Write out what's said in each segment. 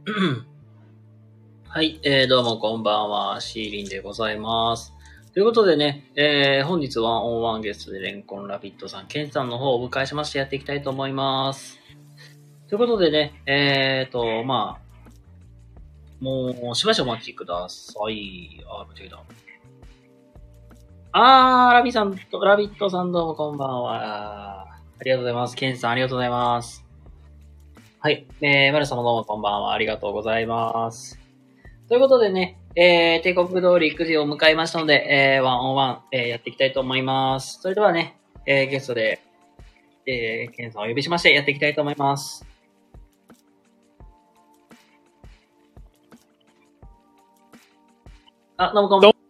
はい、どうもこんばんは、シーリンでございます。ということでね、本日ワンオンワンゲストでレンコンラビットさん、ケンさんの方をお迎えしましてやっていきたいと思います。ということでね、もうしばしお待ちください。間違えた。ラビットさんどうもこんばんは。ありがとうございます。ケンさんありがとうございます。はい、マル様どうもこんばんは。ありがとうございます。ということでね、帝国通り9時を迎えましたので、ワンオンワン、やっていきたいと思います。それではね、ゲストで、ケンさんをお呼びしましてやっていきたいと思います。どうもこんばん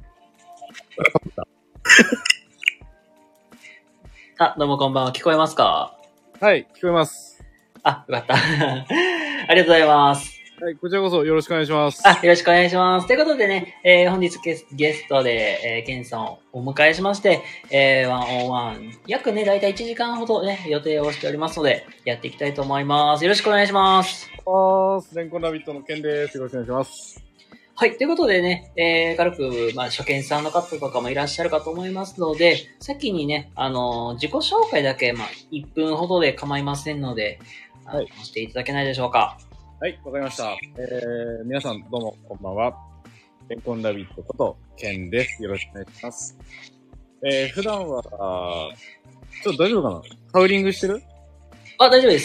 は。どうもこんばんは。聞こえますか？ はい、聞こえます。 よかった。ありがとうございます。 はい、こちらこそよろしくお願いします。 よろしくお願いします。ということでね、本日ゲストで、ケンさんをお迎えしまして、ワンオンワン、約ね、だいたい1時間ほどね、予定をしておりますので、やっていきたいと思います。よろしくお願いします。 レンコンラビットのケンです。よろしくお願いします。 はい。ということでね、軽く、初見さんの方とかもいらっしゃるかと思いますので、先にね、自己紹介だけ、1分ほどで構いませんので、していただけないでしょうか。 はい、わかりました。皆さんどうもこんばんは。レンコンラビットことケンです。よろしくお願いします。普段は、ちょっと大丈夫かな？カウリングしてる？ 大丈夫です。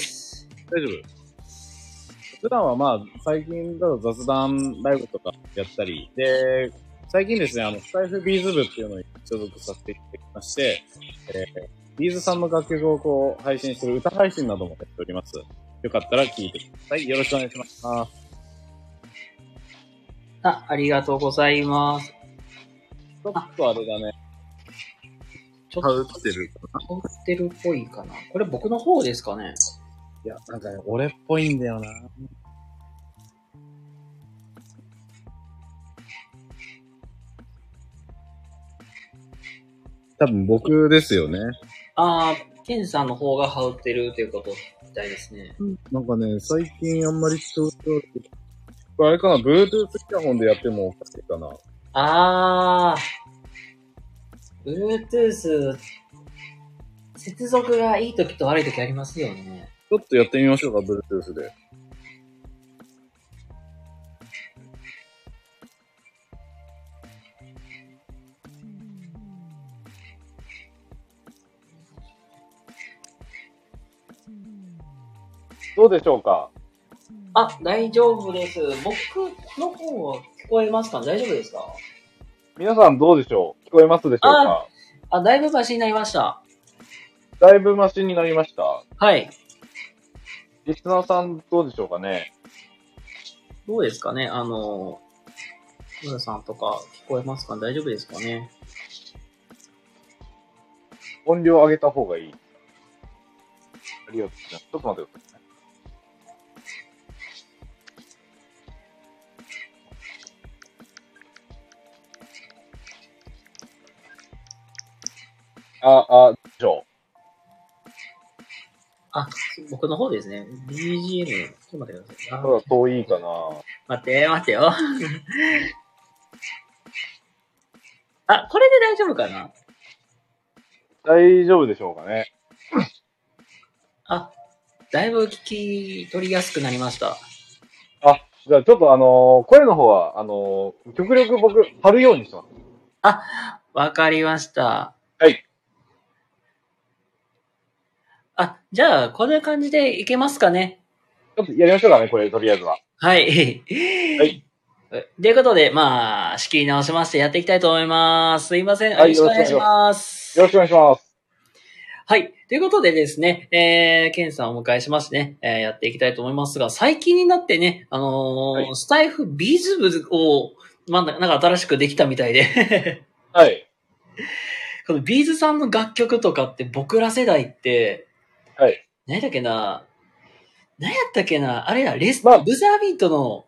大丈夫？普段は最近だと雑談ライブとかやったり、で、最近ですね、スタイフビーズ部っていうのに所属させていただきまして、ビーズさんの楽曲をこう配信する歌配信などもやっております。よかったら聞いてください。よろしくお願いします。 ありがとうございます。 ちょっとあれだね。 ちょっと羽打ってるかな？羽打ってるっぽいかな。これ僕の方ですかね？ いや、なんかね、俺っぽいんだよな。多分僕ですよね。 ケンさんの方が羽打ってるということみたいですね。 なんかね、最近あんまり調子悪くて。これあれかな、Bluetooth イヤホンでやってもおかしいかな。 Bluetooth、接続がいい時と悪い時ありますよね。 ちょっとやってみましょうか、Bluetooth で。どうでしょうか？ 大丈夫です。僕の方は聞こえますか？大丈夫ですか？ 皆さんどうでしょう？聞こえますでしょうか？ だいぶマシになりました。 だいぶマシになりました。 はい。 リスナーさんどうでしょうかね？ どうですかね？村さんとか聞こえますか？大丈夫ですかね？ 音量上げた方がいい。ありがとうございます。ちょっと待ってくださいね。どうでしょう？僕の方ですね。BGM、ちょっと待ってください。 まだ遠いかな。 待ってよ。これで大丈夫かな？ 大丈夫でしょうかね。 だいぶ聞き取りやすくなりました。 じゃあちょっと声の方は、極力僕、張るようにしてます。 わかりました。 はい。 じゃあ、こんな感じでいけますかね？ ちょっとやりましょうかね、これ、とりあえずは。 はい。はい。ということで、仕切り直しましてやっていきたいと思います。すいません。よろしくお願いします。 よろしくお願いします。 はい。ということでですね、ケンさんをお迎えしましてね、やっていきたいと思いますが、最近になってね、スタイフビーズ部を、なんか新しくできたみたいで。 はい。 このビーズさんの楽曲とかって僕ら世代って、 はい。 何やったっけなあれだ、ブザービートの、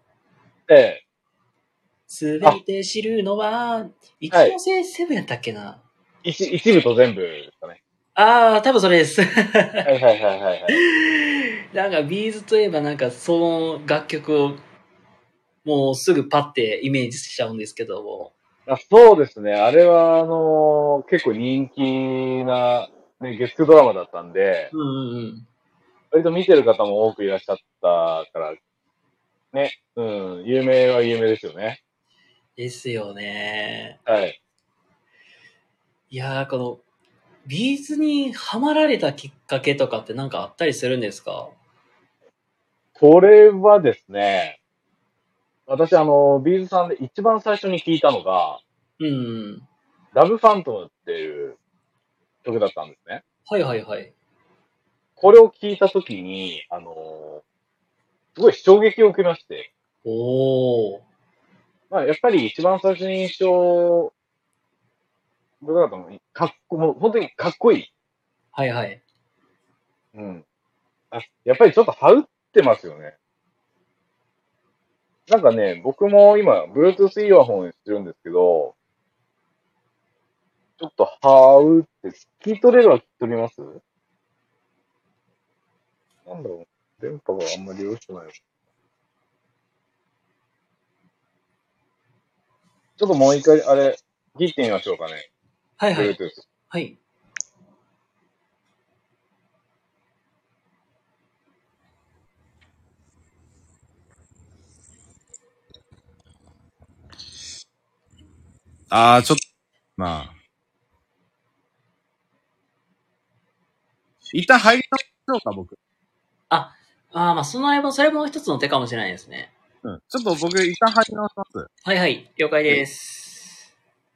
すべて知るのは、一ノ瀬セブンやったっけな？ 一部と全部ですかね。 ああ、多分それです。 はいはいはいはいはい。 なんかビーズといえばなんかその楽曲をもうすぐパッてイメージしちゃうんですけども。 そうですね。あれは、結構人気な、ね、月9ドラマだったんで、 うんうんうん。 割と見てる方も多くいらっしゃったから、ね、うん、有名は有名ですよね。 ですよね。 はい。 いやー、このビーズにハマられたきっかけとかってなんかあったりするんですか？ これはですね、私ビーズさんで一番最初に聞いたのが、 うん。 ラブファントムっていう曲だったんですね。 はいはいはい。 これを聞いたときに、すごい衝撃を受けまして、 おー。 まあ、やっぱり一番最初に印象深かったのに、もう本当にかっこいい。 はいはい。 うん。やっぱりちょっと羽打ってますよね。なんかね、僕も今、Bluetooth イヤホンしてるんですけど、ちょっと羽打って、聞き取れるは聞き取りますなんだろう。電波があんまりよろしくない。ちょっともう一回、あれ、切ってみましょうかね。 はいはい。 Bluetooth。 はい。 ちょっと、まあ、一旦入り直しましょうか、僕。 あ、まあ、それも一つの手かもしれないですね。 うん。ちょっと僕、一旦入り直します。 はいはい。了解はい。 です。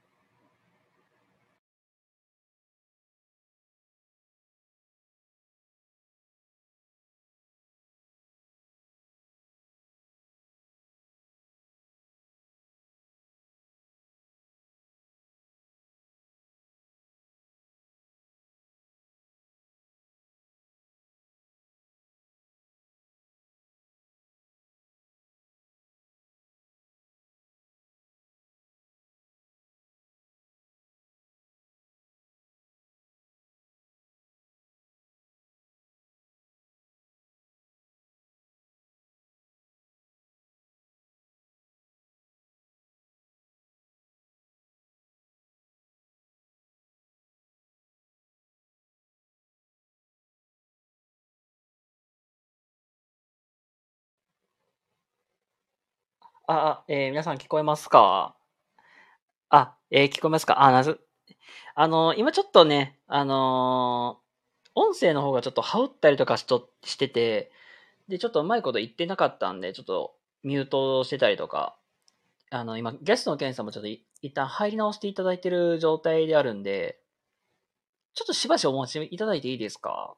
皆さん聞こえますか？聞こえますか？今ちょっとね、音声の方がちょっと羽織ったりとかしてて、で、ちょっとうまいこと言ってなかったんで、ちょっとミュートしてたりとか、今、ゲストのケンさんもちょっと一旦入り直していただいてる状態であるんで、ちょっとしばしお待ちいただいていいですか？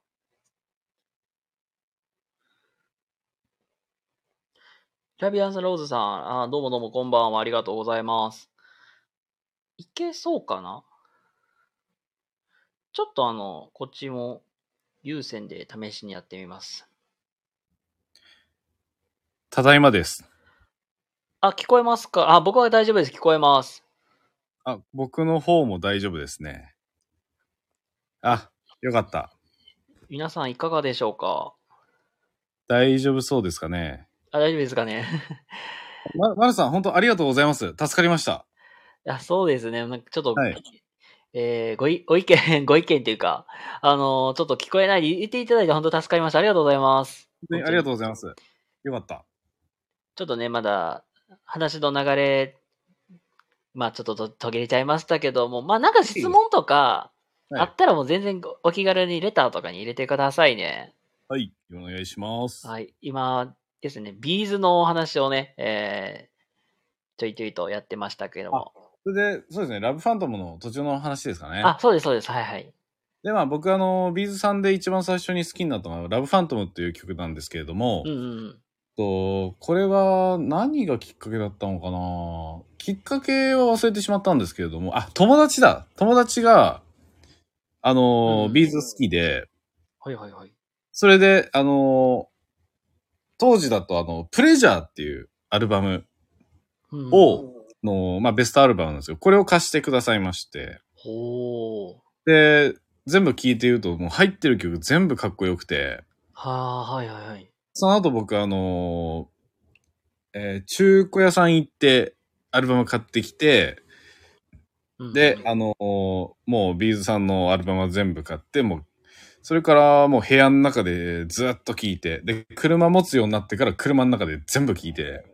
ラビアンスローズさん、どうもどうもこんばんは、ありがとうございます。いけそうかな？ちょっとこっちも有線で試しにやってみます。 ただいまです。 聞こえますか？僕は大丈夫です。聞こえます。 僕の方も大丈夫ですね。よかった。 皆さんいかがでしょうか？ 大丈夫そうですかね。 大丈夫ですかね？ マルさん、本当ありがとうございます。助かりました。 いや、そうですね。なんかちょっと、 はい。 ご意見、ご意見っていうか、ちょっと聞こえないで言っていただいて本当助かりました。ありがとうございます。 本当にありが本当に。 とうございます。よかった。 ちょっとね、まだ、話の流れ、ちょっと途切れちゃいましたけども、なんかいいです。 質問とか、 はい。 あったらもう全然お気軽にレターとかに入れてくださいね。 はい。お願いします。 はい。今ですね、ビーズのお話をね、ちょいちょいとやってましたけども。 それで、そうですね、ラブファントムの途中の話ですかね。 そうです、そうです。はいはい。 で、僕ビーズさんで一番最初に好きになったのが、ラブファントムっていう曲なんですけれども、 うんうんうん。 これは何がきっかけだったのかな。きっかけは忘れてしまったんですけれども、友達だ。友達が、 うんうん。 ビーズ好きで、 はいはいはい。 それで、当時だとプレジャーっていうアルバムうんうん。 を、ベストアルバムなんですよ。これを貸してくださいまして。 ほー。 で、 全部聴いて言うと、もう入ってる曲全部かっこよくて、 はいはいはい。 その後僕中古屋さん行って、アルバム買ってきて、で、もうビーズさんのアルバムは全部買って、もう、それからもう部屋の中でずっと聴いて、で、車持つようになってから車の中で全部聴いて、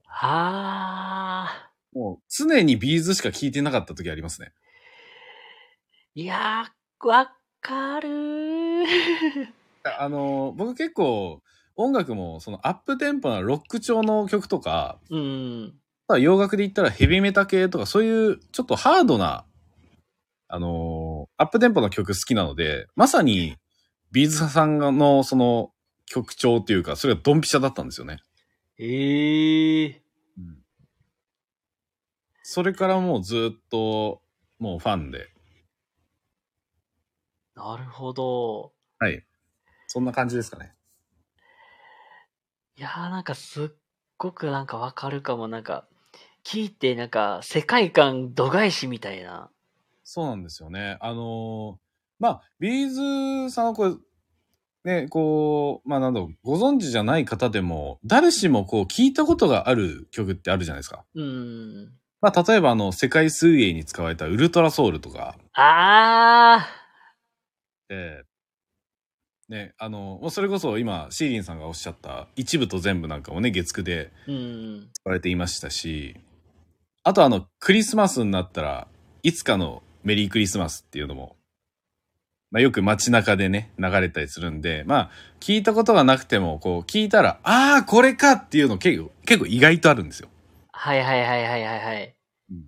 もう常にビーズしか聴いてなかった時ありますね。 いやー、わかるー。 僕結構音楽もそのアップテンポなロック調の曲とか、洋楽で言ったらヘビメタ系とかそういうちょっとハードな、アップテンポな曲好きなので、まさにビーズさんのその曲調っていうか、それがドンピシャだったんですよね。うん、それからもうずっともうファンで。 なるほど。 はい。そんな感じですかね。 いやーなんかすっごくなんかわかるかも。なんか、聞いてなんか世界観度外視みたいな。 そうなんですよね。まあ、ビーズさんはこれ、ね、こう、まあなんだろう、ご存知じゃない方でも、誰しもこう聞いたことがある曲ってあるじゃないですか。まあ例えば世界水泳に使われたウルトラソウルとか。ね、もうそれこそ今、シーリンさんがおっしゃった一部と全部なんかもね、月9で使われていましたし、あとクリスマスになったらいつかのメリークリスマスっていうのも、まあ、よく街中でね、流れたりするんで、まあ、聞いたことがなくても、こう、聞いたら、ああ、これかっていうの結構意外とあるんですよ。 はいはいはいはいはいはい。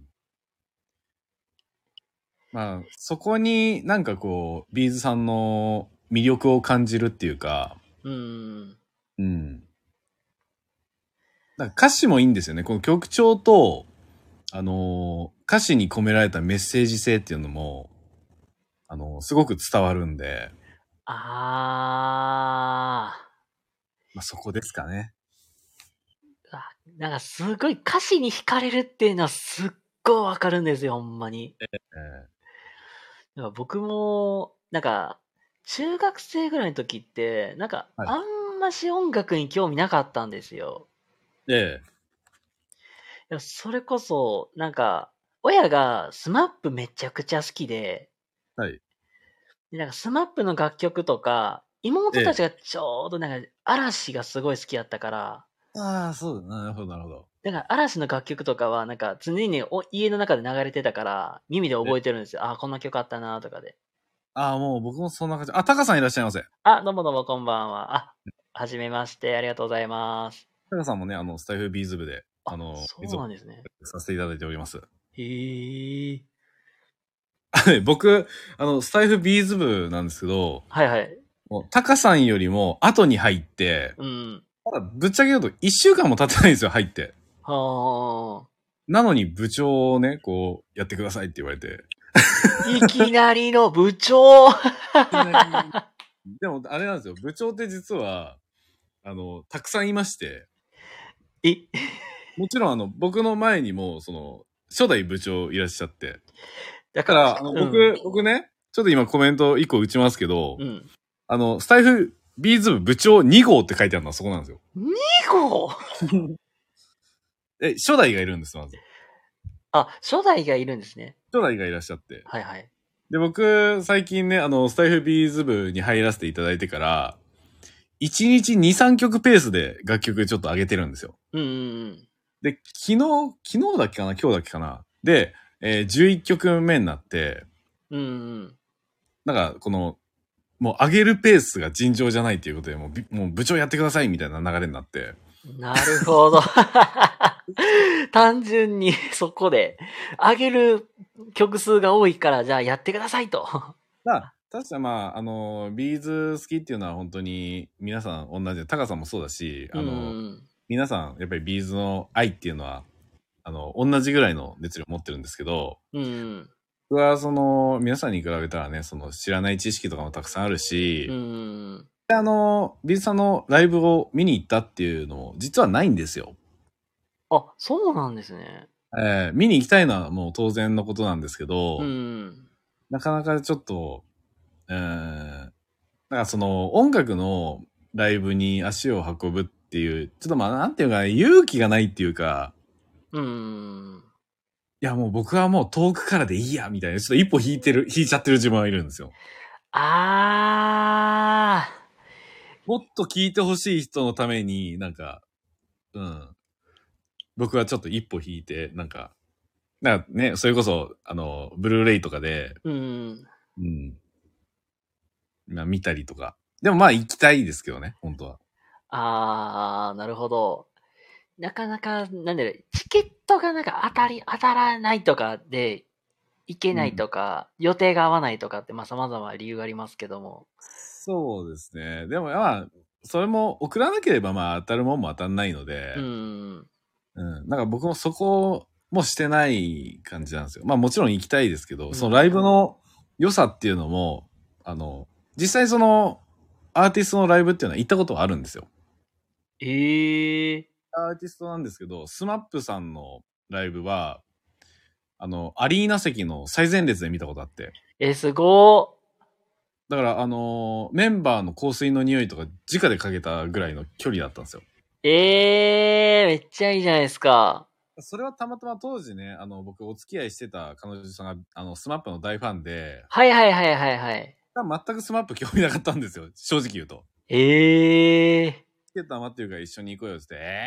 まあ、そこになんかこう、ビーズさんの魅力を感じるっていうか、なんか歌詞もいいんですよね。この曲調と、歌詞に込められたメッセージ性っていうのも、すごく伝わるんで、まあ、そこですかね。 なんかすごい歌詞に惹かれるっていうのはすっごいわかるんですよ、ほんまに。なんか僕も、なんか、中学生ぐらいの時って、なんか、あんまし音楽に興味なかったんですよ。それこそ、なんか、親がスマップめちゃくちゃ好きで、なんかスマップの楽曲とか、妹たちがちょうどなんか、嵐がすごい好きだったから、 ああ、そうだ。なるほど、なるほど。 だから嵐の楽曲とかは、なんか常に家の中で流れてたから、耳で覚えてるんですよ。あ、こんな曲あったなとかで。 ああ、もう僕もそんな感じ。あ、タカさんいらっしゃいませ。 どうもどうもこんばんは。はじめまして、ありがとうございます。 タカさんもね、スタイフビーズ部で、 そうなんですね。 させていただいております。 へえ。 僕、スタイフビーズ部なんですけど、 はいはい。 もうタカさんよりも後に入って、まだぶっちゃけ言うと1週間も経ってないんですよ、入って。なのに部長をね、こう、やってくださいって言われて。 いきなりの部長でも、あれなんですよ。部長って実は、たくさんいまして。もちろん、僕の前にも、初代部長いらっしゃって。だから、僕ね、ちょっと今コメント1個打ちますけど、スタイフビーズ部部長2号って書いてあるのはそこなんですよ。 2号初代がいるんです、まず。 初代がいるんですね。 初代がいらっしゃって。 はいはい。 で、僕、最近ね、スタイフビーズ部に入らせていただいてから、1日2、3曲ペースで楽曲ちょっと上げてるんですよ。で、昨日だっけかな今日だっけかなで、11曲目になって、なんか、もう上げるペースが尋常じゃないっていうことで、もう部長やってくださいみたいな流れになって。 なるほど。単純にそこで、上げる曲数が多いから、じゃあやってくださいと。 確かビーズ好きっていうのは本当に皆さん同じで、タカさんもそうだし、皆さんやっぱりビーズの愛っていうのは、同じぐらいの熱量を持ってるんですけど、僕は皆さんに比べたらね、知らない知識とかもたくさんあるし、ビーズさんのライブを見に行ったっていうのも実はないんですよ。 そうなんですね。 見に行きたいのはもう当然のことなんですけど、なかなかちょっと、 なんかその音楽のライブに足を運ぶっていう、ちょっとまあなんていうか、勇気がないっていうか、いやもう僕はもう遠くからでいいや、みたいな、ちょっと一歩引いちゃってる自分はいるんですよ。 あもっと聞いてほしい人のために、なんか、僕はちょっと一歩引いて、なんかね、それこそ、ブルーレイとかで、まあ見たりとか。でもまあ行きたいですけどね、本当は。 なるほど。なかなか、なんで、チケットがなんか当たらないとかで、行けないとか、予定が合わないとかって、まあ様々理由がありますけども。 そうですね。でもまあ、それも送らなければまあ当たるもんも当たんないので、なんか僕もそこもしてない感じなんですよ。まあもちろん行きたいですけど、そのライブの良さっていうのも、実際そのアーティストのライブっていうのは行ったことはあるんですよ。アーティストなんですけど、スマップさんのライブは、アリーナ席の最前列で見たことあって。 すごー。 だから、メンバーの香水の匂いとか直でかけたぐらいの距離だったんですよ。 めっちゃいいじゃないですか。 それはたまたま当時ね、僕お付き合いしてた彼女さんが、スマップの大ファンで、 はい。 全くスマップ興味なかったんですよ、正直言うと。チケット余ってるから一緒に行こうよって、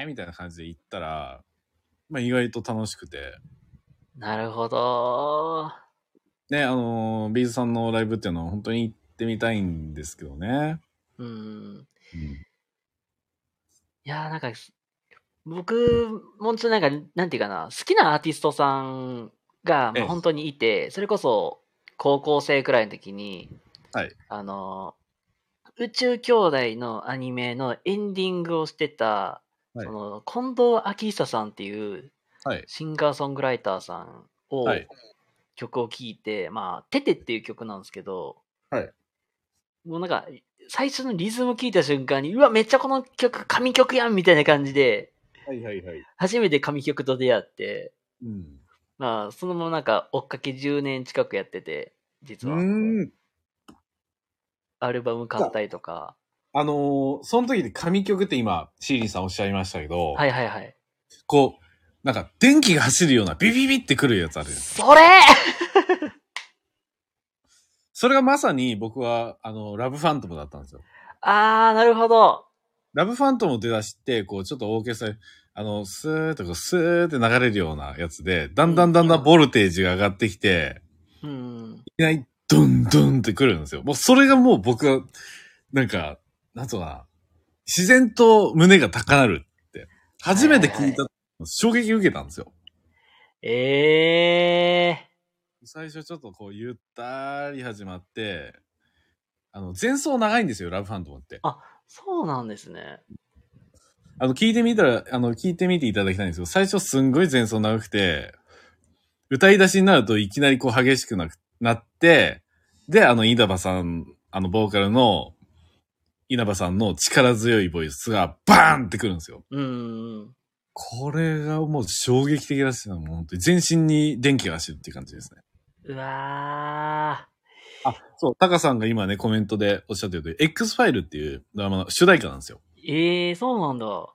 みたいな感じで行ったら、まあ意外と楽しくて。 なるほど。 ね、ビーズさんのライブっていうのは本当に行ってみたいんですけどね。 いやーなんか、僕もちょっとなんか、なんていうかな、好きなアーティストさんが、まあ、本当にいて、それこそ高校生くらいの時に、 はい。 宇宙兄弟のアニメのエンディングをしてた、 はい、 その、近藤昭久さんっていう、シンガーソングライターさんを、曲を聴いて、まあ、テテっていう曲なんですけど、もうなんか、最初のリズム聴いた瞬間に、うわ、めっちゃこの曲、神曲やんみたいな感じで、初めて神曲と出会って、まあ、そのままなんか、追っかけ10年近くやってて、実は。アルバム買ったりとか。 その時で神曲って今、シーリンさんおっしゃいましたけど、こう、なんか電気が走るようなビビビってくるやつある。 それそれがまさに僕は、ラブファントムだったんですよ。 なるほど。 ラブファントムを出だして、こう、ちょっとオーケストラ、スーってこう、スーって流れるようなやつで、だんだんボルテージが上がってきて、いきなり、ドンドンってくるんですよ。もうそれがもう僕は、なんか、なんとか、自然と胸が高鳴るって、初めて聞いた、衝撃受けたんですよ。最初ちょっとこう、ゆったり始まって、前奏長いんですよ、ラブファントムって。 そうなんですね。 聞いてみていただきたいんですけど、最初すんごい前奏長くて、歌い出しになるといきなりこう激しくなって、で、稲葉さん、ボーカルの稲葉さんの力強いボイスがバーンってくるんですよ。これがもう衝撃的だし、もう本当に全身に電気が走るっていう感じですね。 うわー。 そう、タカさんが今ね、コメントでおっしゃってるとおり、X ファイルっていうドラマの主題歌なんですよ。 そうなんだ。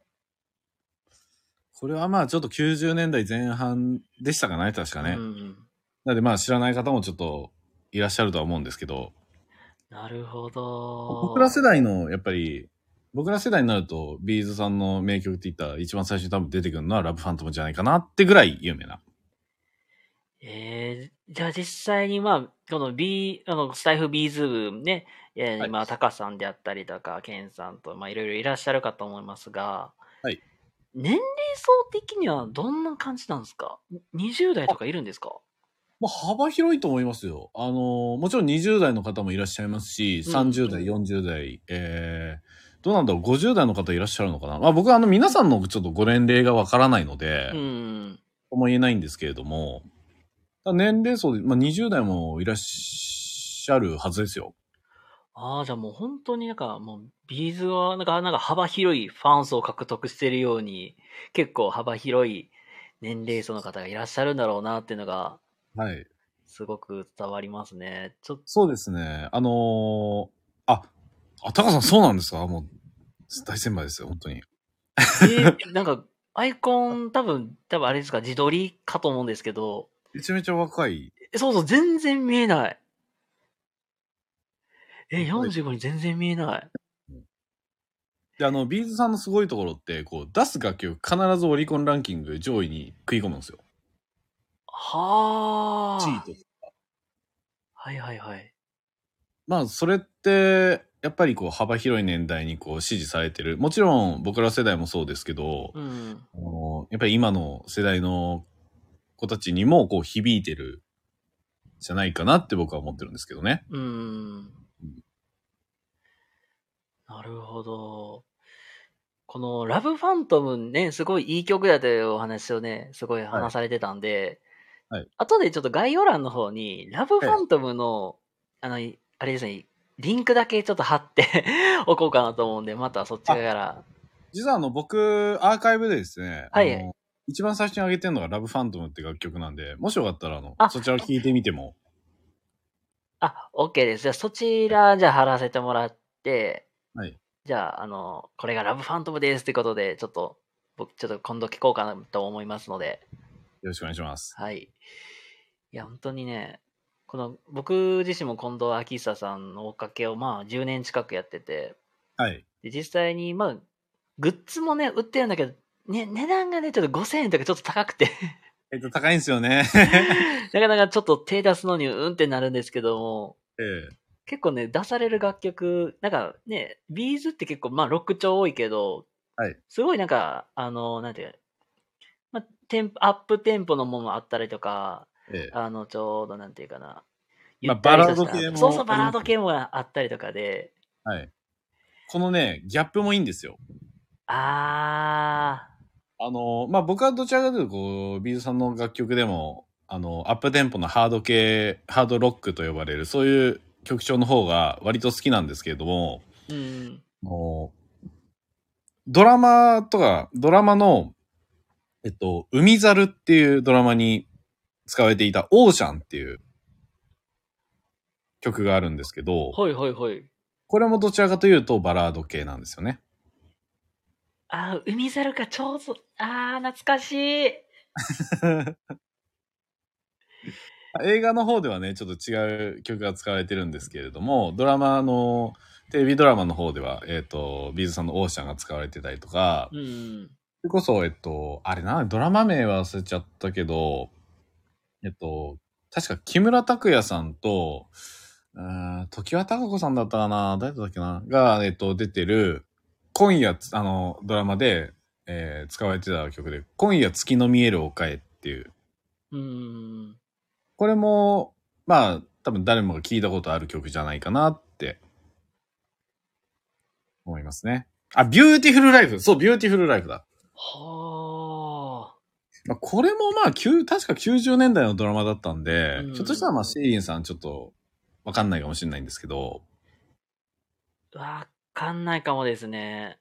これはまあちょっと90年代前半でしたかね、確かね。なのでまあ知らない方もちょっといらっしゃるとは思うんですけど。 なるほど。 僕ら世代の、やっぱり、僕ら世代になると、ビーズさんの名曲って言ったら一番最初に多分出てくるのはラブファントムじゃないかなってぐらい有名な。 じゃあ実際にまあ、このスタイフビーズ部ね、今、タカさんであったりとか、ケンさんと、まあいろいろいらっしゃるかと思いますが、年齢層的にはどんな感じなんですか？ 20 代とかいるんですか？ 幅広いと思いますよ。もちろん20代の方もいらっしゃいますし、30代、40代、どうなんだろう、50代の方いらっしゃるのかな。まあ僕は皆さんのちょっとご年齢がわからないので、とも言えないんですけれども、年齢層で、まあ20代もいらっしゃるはずですよ。 じゃあもう本当になんかもうビーズはなんか幅広いファン層を獲得しているように、結構幅広い年齢層の方がいらっしゃるんだろうなっていうのが、 すごく伝わりますね。 そうですね。タカさんそうなんですか？もう、大先輩ですよ、本当に。 なんか、アイコン多分あれですか、自撮りかと思うんですけど、 めちゃめちゃ若い。 そうそう、全然見えない。 若い。 45に全然見えない。 で、ビーズさんのすごいところって、こう、出す楽曲必ずオリコンランキング上位に食い込むんですよ。チーはあ。 ト。 はいはいはい。 まあ、それって、やっぱりこう、幅広い年代にこう、支持されてる。もちろん、僕ら世代もそうですけど、 うん。 やっぱり今の世代の子たちにも、こう、響いてる、じゃないかなって僕は思ってるんですけどね。 うん。なるほど。このラブファントムね、すごいいい曲だというお話をね、すごいはい。 話されてたんで、 はい。 後でちょっと概要欄の方に、ラブフええ。 ァントムの、あれですね、リンクだけちょっと貼っておこうかなと思うんで、またそっちかあ、 ら。 実は僕、アーカイブでですね、 はい。 一番最初に上げてるのがラブファントムって楽曲なんで、もしよかったら、 あ、 そちらを聴いてみても。 OK です。じゃあそちら、じゃあ貼らせてもらって、 はい。よじゃあ、これがラブファントムですってことで、ちょっと、僕ちょっと今度聞こうかなと思いますので、 ろしくお願いします。 はい。いや、本当にね、僕自身も近藤昭久さんの追っかけをまあ10年近くやってて、 はい。 で実際にまあ、グッズもね、売ってるんだけど、ね、値段がね、ちょっと5000円とかちょっと高くて高いんですよね。 なかなかちょっと手出すのにうんってなるんですけども、 ええ。 結構ね、出される楽曲、なんかね、ビーズって結構まあロック調多いけど、 はい。 すごいなんか、なんていうまあ、アップテンポのものあったりとか、 ええ。 ちょうどなんていうかな、ゆまあ、 ったバラーりとした、 ド系そうそう、 もあります。 バラード系もあったりとかで、 はい。このね、ギャップもいいんですよ。 あまあ、僕はどちらかというと、こう、ビーズさんの楽曲でも、アップテンポのハード系、ハードロックと呼ばれる、そういう曲調の方が割と好きなんですけれども、 うん。 もうドラマの、海猿っていうドラマに使われていたオーシャンっていう曲があるんですけど、 はいはいはい。 これもどちらかというとバラード系なんですよね。 海猿か、ちょうど、懐かしい。 映画の方ではね、ちょっと違う曲が使われてるんですけれども、テレビドラマの方では、ビーズさんのオーシャンが使われてたりとか、 うん。 それこそ、ドラマ名は忘れちゃったけど、確か木村拓哉さんと、常盤貴子さんだったかな、誰だったっけなが、出てる、今夜ドラマで、使われてた曲で、今夜月の見える丘へっていう、 うん。 これも、まあ、多分誰もが聞いたことある曲じゃないかなって思いますね。ビューティフルライフ。そう、ビューティフルライフだ。 はあ。 まあ、これもまあ、確か90年代のドラマだったんうで、ひょっとしたらん。 まあ、シーリンさんちょっと、わかんないかもしれないんですけど、 わかんないかもですね。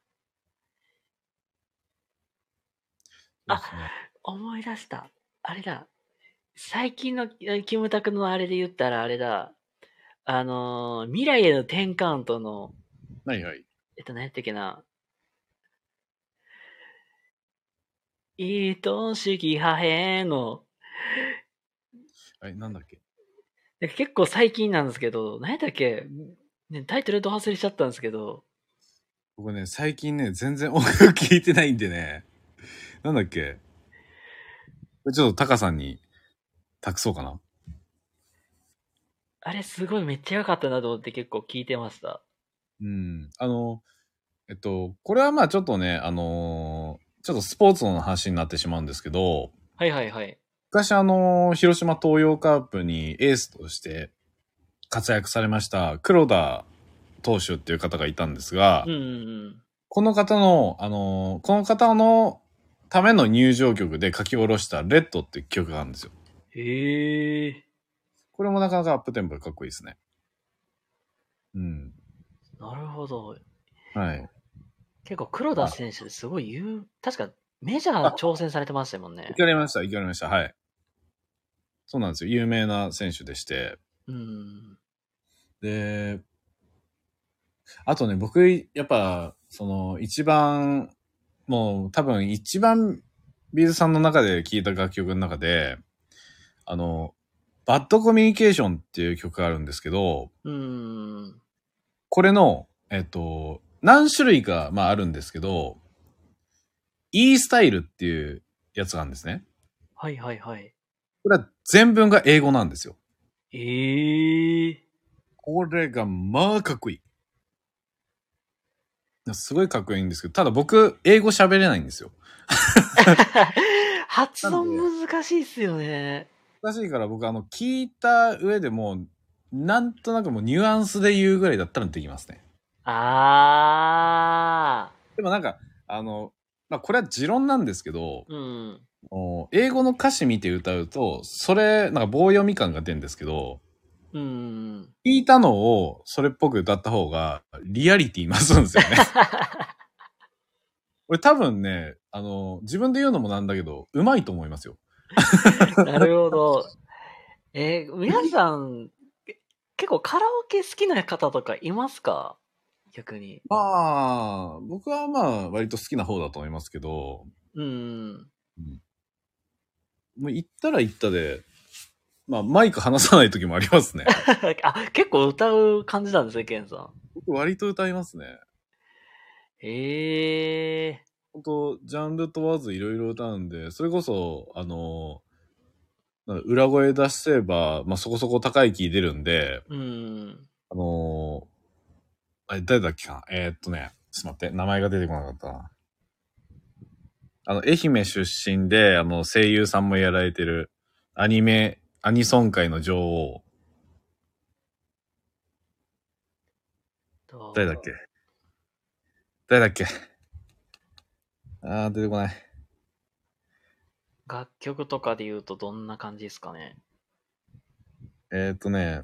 あ、 そうですね。 思い出した。あれだ。最近のキムタクのあれで言ったらあれだ。未来への10カウントの、 はいはい。 何やったっけな。愛しき破片の、 なんだっけ。 なんか結構最近なんですけど、何やったっけね、タイトルと忘れしちゃったんですけど、 僕ね、最近ね、全然音楽聴いてないんでね、なんだっけ。ちょっとタカさんに託そうかな。 あれすごいめっちゃ良かったなと思って結構聞いてました。 うん。これはまあちょっとね、ちょっとスポーツの話になってしまうんですけど、 はいはいはい。 昔広島東洋カープにエースとして活躍されました黒田投手っていう方がいたんですが、 うんうんこの方のための入場曲で書き下ろしたレッドっていう曲があるんですよ。 うん。へえ。 これもなかなかアップテンポでかっこいいですね。うん。 なるほど。 はい。 結構黒田あ、 選手ですごい確かメジャー挑戦されてましたもん行ね。 かれました、行かれました。はい。 そうなんですよ。有名な選手でして。 うん。 で、あとね、僕、やっぱ、一番、もう多分一番ビーズさんの中で聴いた楽曲の中で、あの、バッドコミュニケーションっていう曲があるんですけど、 うん。 これの、何種類か、まああるんですけど、E スタイルっていうやつがあるんですね。 はいはいはい。 これは全文が英語なんですよ。 ええこれがまあかっこいい。すごいかっこいいんですけど、ただ僕、英語喋れないんですよ。 発なんで、 音難しいっすよね。 難しいから僕、聞いた上でも、なんとなくもうニュアンスで言うぐらいだったらできますね。 あでもなんか、まあ、これは持論なんですけど、 ー。うん。 英語の歌詞見て歌うと、それ、なんか棒読み感が出るんですけど、 うん。 聞いたのをそれっぽく歌った方が、リアリティ増すんですよね。俺多分ね、自分で言うのもなんだけど、うまいと思いますよ。 なるほど。皆さん、結構カラオケ好きな方とかいますか？逆に。 まあ、僕はまあ、割と好きな方だと思いますけど、 うん。 うん、もう行ったら行ったで、まあ、マイク離さない時もありますね。 あ、結構歌う感じなんですね、ケンさん。 僕割と歌いますね。 ええ本当ジャンル問わずいろいろ歌うんで、それこそ、なんか裏声出せば、まあ、そこそこ高いキー出るんで、 うん。 あの誰だっけかなちょっと待って、名前が出てこなかったな。愛媛出身で、声優さんもやられてる、アニソン界の女王。誰だっけ誰だっけ出てこない。 楽曲とかで言うとどんな感じですかね。 ね、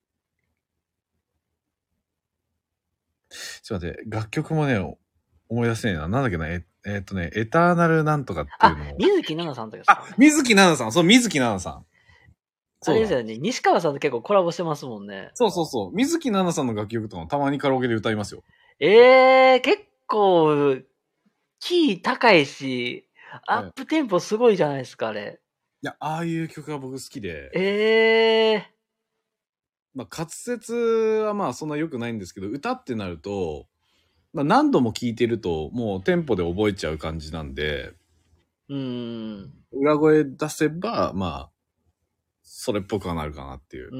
ちょっと待って、楽曲もね、思い出せねえな。なんだっけな、エターナルなんとかっていうあ、 のを。 水木奈々さんとかですか？ 水木奈々さん、そう、水木奈々さん。そうだ。 あれですよね。西川さんと結構コラボしてますもんね。 そうそうそう。水木奈々さんの楽曲とかもたまにカラオケで歌いますよ。 結構、キー高いし、アッはい。 プテンポすごいじゃないですか、あれ。 いや、ああいう曲が僕好きで、 ええまあ、滑舌はまあそんな良くないんですけど、歌ってなると、まあ何度も聴いてると、もうテンポで覚えちゃう感じなんで、 ー。うーん。 裏声出せば、まあ、それっぽくはなるかなっていう。 うん。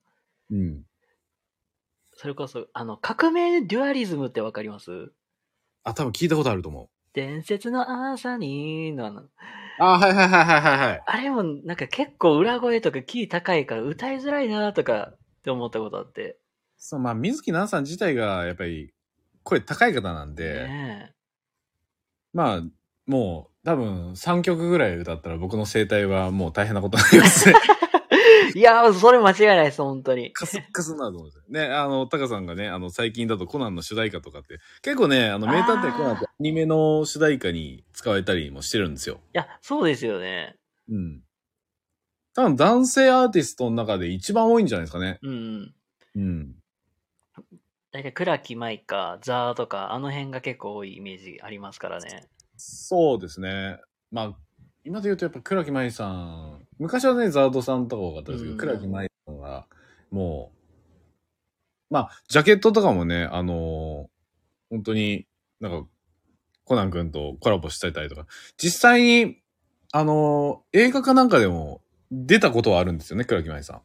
うん。 それこそ、革命デュアリズムってわかります？ あ、多分聞いたことあると思う。 伝説の朝にのはいはいはいはいはいはい。 あれもなんか結構裏声とかキー高いから歌いづらいなとかって思ったことあって。 そう、まあ、水木奈々さん自体がやっぱり声高い方なんで、 ねまあ、もう多分3曲ぐらい歌ったら僕の声帯はもう大変なことになりますね。 え。いや、それ間違いないです、本当に。 カスッカスになると思うんですよ。ね、タカさんがね、最近だとコナンの主題歌とかって、結構ね、名探偵コナンってアニメの主題歌に使われたりもしてるんですよ。 いや、そうですよね。 うん。多分男性アーティストの中で一番多いんじゃないですかね。 うん。 うん。 だいたい倉木舞か、ザーとか、あの辺が結構多いイメージありますからね。 そうですね。まあ、今で言うとやっぱ倉木舞さん、昔はね、ザードさんとか多かったですけど、倉木舞さんは、もう、まあ、ジャケットとかもね、本当になんか、コナン君とコラボしてたりとか、実際に、映画かなんかでも出たことはあるんですよね、倉木舞さん。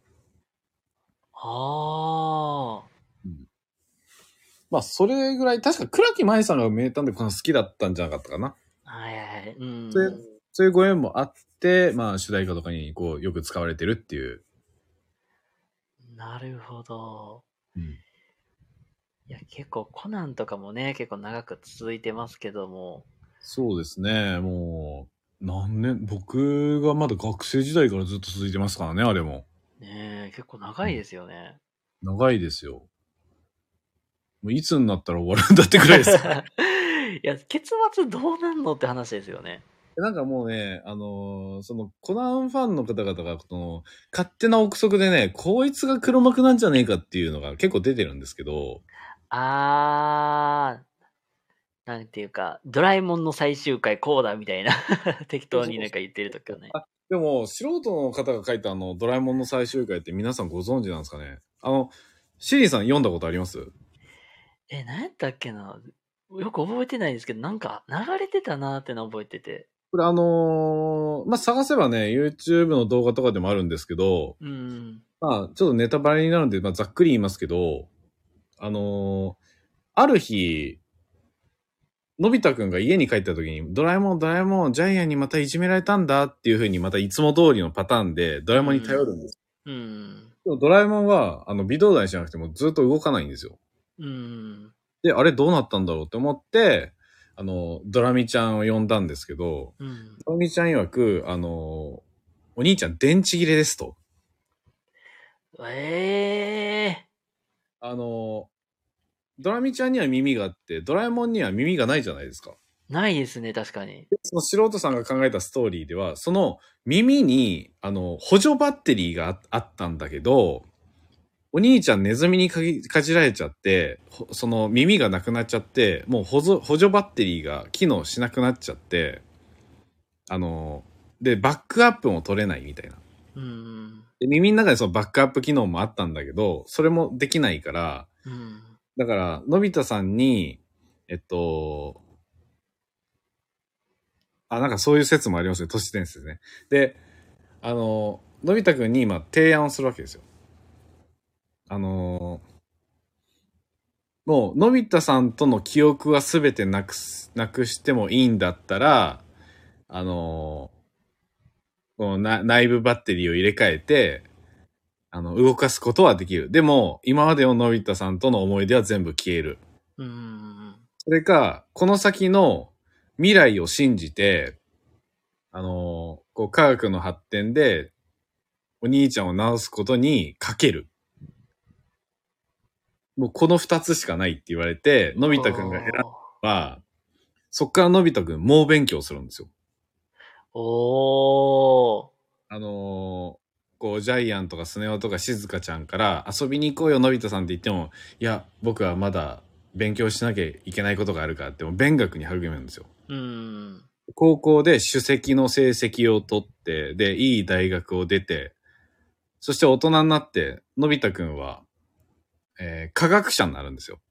ああ。 うん、まあ、それぐらい、確か倉木舞さんが名探偵コナン好きだったんじゃなかったかな。 はいはいはい。うそういうん。 そういうご縁もあって、まあ、主題歌とかにこう、よく使われてるっていう。 なるほど。 うん、 いや、結構コナンとかもね、結構長く続いてますけども。 そうですね。もう、何年、僕がまだ学生時代からずっと続いてますからね、あれも。 ねえ、結構長いですよね。 長いですよ。もういつになったら終わるんだってくらいです。 いや、結末どうなんのって話ですよね。 なんかもうね、そのコナンファンの方々が、勝手な憶測でね、こいつが黒幕なんじゃねえかっていうのが結構出てるんですけど、 なんていうか、ドラえもんの最終回こうだみたいな適当そうそうになんか言ってるとかね。 あ、でも、素人の方が書いたドラえもんの最終回って皆さんご存知なんですかね？シリーさん読んだことあります？ 何やったっけな。よく覚えてないんですけど、なんか流れてたなーっての覚えてて。 これまあ、探せばね、YouTube の動画とかでもあるんですけど、 うん。 まあ、ちょっとネタバレになるんで、まあ、ざっくり言いますけど、あのある日、のび太くんが家に帰った時に、ドラえもん、ドラえもん、ジャイアンにまたいじめられたんだっていう風に、またいつも通りのパターンで、ドラえもんに頼るんです。 うん。 でもドラえもんは、微動だにしなくてもずっと動かないんですよ。 うん。 で、あれどうなったんだろうって思って、ドラミちゃんを呼んだんですけど、 うん。 ドラミちゃん曰く、お兄ちゃん電池切れですと。 ええドラミちゃんには耳があって、ドラえもんには耳がないじゃないですか。 ー、ないですね、確かに。 その素人さんが考えたストーリーでは、その耳に、補助バッテリーがあったんだけど、お兄ちゃんネズミにかじられちゃって、その耳がなくなっちゃって、もう補助バッテリーが機能しなくなっちゃって、で、バックアップも取れないみたいな。 うん。 で耳の中でそのバックアップ機能もあったんだけど、それもできないから、 うん。 だから、のび太さんに、なんかそういう説もありますね。都市伝説ね。で、のび太くんに今提案をするわけですよ。もう、のび太さんとの記憶はすべてなくしてもいいんだったら、この内部バッテリーを入れ替えて、動かすことはできる。でも、今までののび太さんとの思い出は全部消える。 うん。 それか、この先の未来を信じて、こう科学の発展で、お兄ちゃんを治すことにかける。もうこの二つしかないって言われて、のび太くんが選んだのは、そっからのび太くん猛勉強するんですよ。 おー。 こう、ジャイアンとかスネ夫とか静香ちゃんから遊びに行こうよのび太さんって言っても、いや、僕はまだ勉強しなきゃいけないことがあるからって、勉学に励めるんですよ。 うん。 高校で首席の成績を取って、で、いい大学を出て、そして大人になって、のび太くんは、科学者になるんですよ。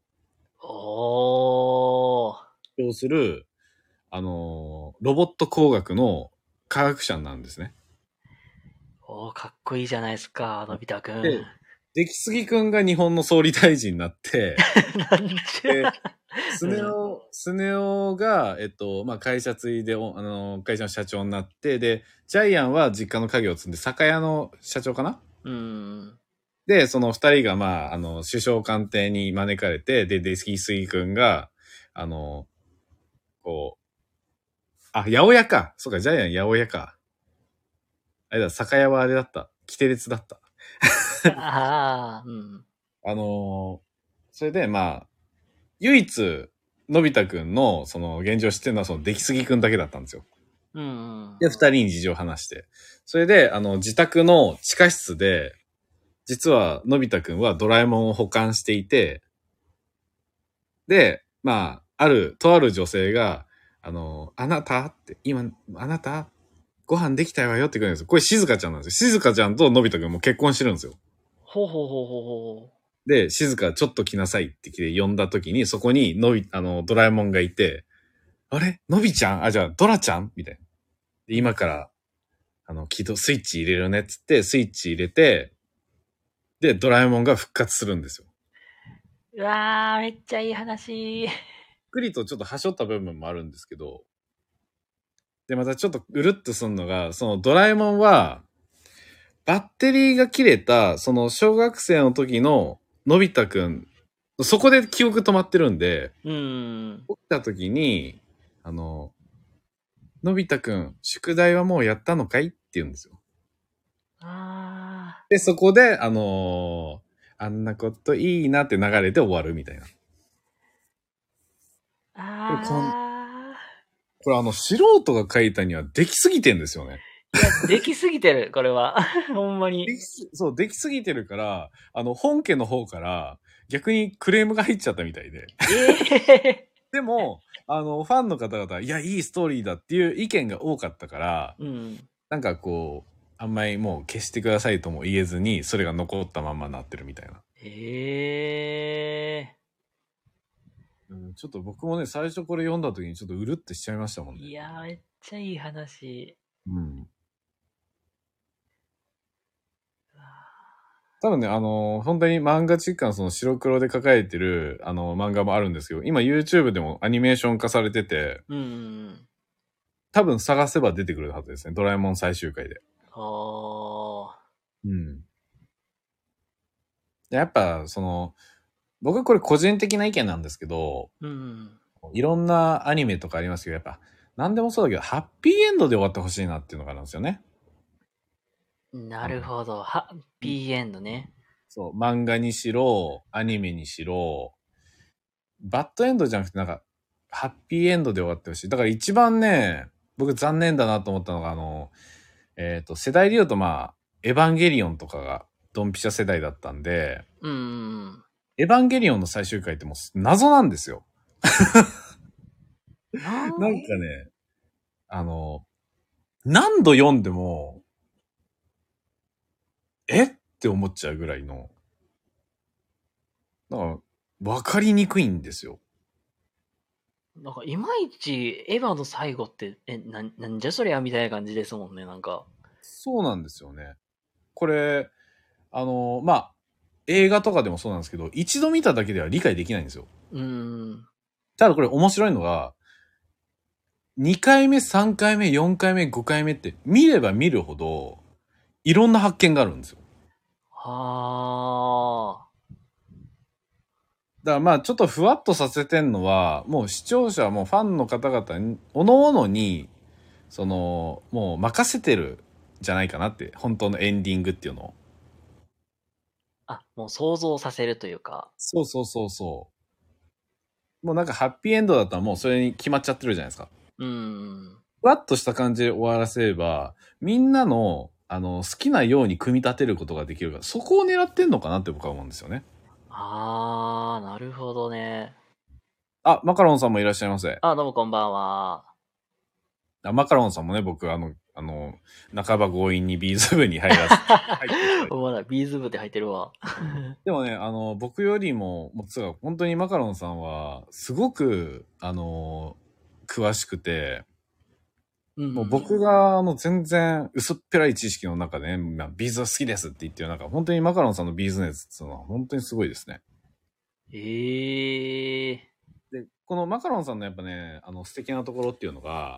おー。 要する、ロボット工学の科学者なんですね。 おー、かっこいいじゃないですか、のび太くん。 で、出来すぎくんが日本の総理大臣になって、 なんでスネ夫が、まあ、会社継いで、会社の社長になって、で、ジャイアンは実家の家業を継んで、酒屋の社長かな。 うん。 で、その二人が、まあ、首相官邸に招かれて、で、出来すぎくんが、こう、八百屋か。そうか、ジャイアン八百屋か。あれだ、酒屋はあれだった。キテレツだった。 ああ、うん。 それで、まあ、唯一、のび太くんの、その、現状を知ってるのは、その、出来すぎくんだけだったんですよ。 うん。 で、二人に事情を話して。それで、自宅の地下室で、実は、のび太くんはドラえもんを保管していて、で、まあ、とある女性が、あなたって、今、あなたご飯できたわよって言うんですよ。これ静香ちゃんなんですよ。静香ちゃんとのび太くんも結婚してるんですよ。 ほうほうほうほうほう。 で、静香ちょっと来なさいって来て呼んだ時に、そこにドラえもんがいて、あれのびちゃんじゃあ、ドラちゃんみたいな。で今から、スイッチ入れるねっつって、スイッチ入れて、で、ドラえもんが復活するんですよ。 うわー、めっちゃいい話。 ゆっくりとちょっと端折った部分もあるんですけど、で、またちょっとうるっとするのが、そのドラえもんは、バッテリーが切れた、その小学生の時ののび太くん、そこで記憶止まってるんで、 うん。 起きた時に、のび太くん、宿題はもうやったのかいって言うんですよ。 あで、そこで、あんなこといいなって流れて終わるみたいな。 あ。 これ素人が書いたにはできすぎてんですよね。 いや、できすぎてる、これは。ほんまに。 できすぎてるから、本家の方から逆にクレームが入っちゃったみたいで。でも、ファンの方々、いや、いいストーリーだっていう意見が多かったから、 うん。 なんかこう、あんまりもう消してくださいとも言えずに、それが残ったまんまになってるみたいな。ちょっと僕もね、最初これ読んだ時にちょっとうるってしちゃいましたもんね。 いやー、めっちゃいい話。 うん。多分ね、本当に漫画チックなその白黒で描かれてる、漫画もあるんですけど、今 YouTube でもアニメーション化されてて、 うん。 多分探せば出てくるはずですね。ドラえもん最終回で。うん。やっぱ、僕はこれ個人的な意見なんですけど、 うん。 いろんなアニメとかありますけど、やっぱ、何でもそうだけど、ハッピーエンドで終わってほしいなっていうのがあるんですよね。 なるほど。ハッピーエンドね。 そう、漫画にしろ、アニメにしろ、バッドエンドじゃなくてなんか、ハッピーエンドで終わってほしい。だから一番ね、僕残念だなと思ったのが、世代で言うとエヴァンゲリオンとかがドンピシャ世代だったんで、 うん。 エヴァンゲリオンの最終回ってもう謎なんですよ。なんかね、何度読んでも、って思っちゃうぐらいの、だから、わかりにくいんですよ。 なんか、いまいち、エヴァの最後って、なんじゃそりゃみたいな感じですもんね、なんか。 そうなんですよね。これ、映画とかでもそうなんですけど、一度見ただけでは理解できないんですよ。ただこれ面白いのが、2回目、3回目、4回目、5回目って見れば見るほど、いろんな発見があるんですよ。 はあ。 だからちょっとふわっとさせてんのは、もう視聴者もファンの方々に、おのおのに、もう任せてるじゃないかなって、本当のエンディングっていうのを。 あ、もう想像させるというか。 そうそうそうそう。もうなんかハッピーエンドだったらもうそれに決まっちゃってるじゃないですか。ふわっとした感じで終わらせれば、みんなの、好きなように組み立てることができるから、そこを狙ってんのかなって僕は思うんですよね。 あー、なるほどね。 あ、マカロンさんもいらっしゃいませ。 あ、どうもこんばんは。 マカロンさんもね、僕、半ば強引にビーズ部に入らせて、入ってまだビーズ部って入ってるわ。 でもね、僕よりも、本当にマカロンさんは、すごく、詳しくて、もう僕が、全然、薄っぺらい知識の中でね、ビーズは好きですって言ってる中、本当にマカロンさんのビーズ熱っていうのは、本当にすごいですね。で、このマカロンさんのやっぱね、素敵なところっていうのが、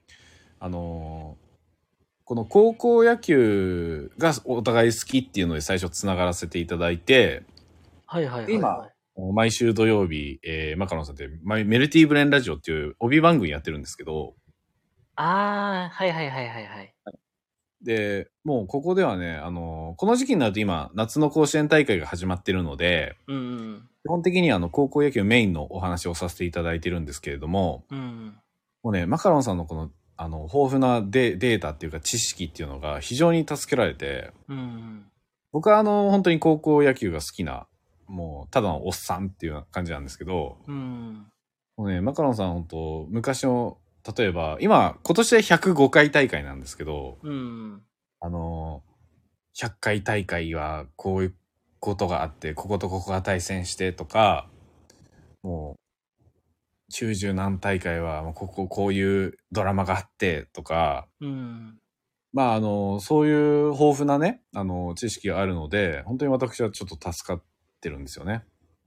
この高校野球がお互い好きっていうので最初つながらせていただいて、 はいはいはい、はい。 今、毎週土曜日、マカロンさんってメルティーブレンラジオっていう帯番組やってるんですけど、 はいはいはいはいはい。 で、もうここではね、この時期になると今、夏の甲子園大会が始まってるので、基本的に高校野球メインのお話をさせていただいてるんですけれども、もうね、マカロンさんのこの、豊富なデータっていうか知識っていうのが非常に助けられて、僕は本当に高校野球が好きな、もうただのおっさんっていうような感じなんですけど、もうね、マカロンさん本当昔の、例えば、今年で105回大会なんですけど、100回大会はこういうことがあって、こことここが対戦してとか、もう、90何大会はこういうドラマがあってとか、そういう豊富なね、知識があるので、本当に私はちょっと助かってるんですよね。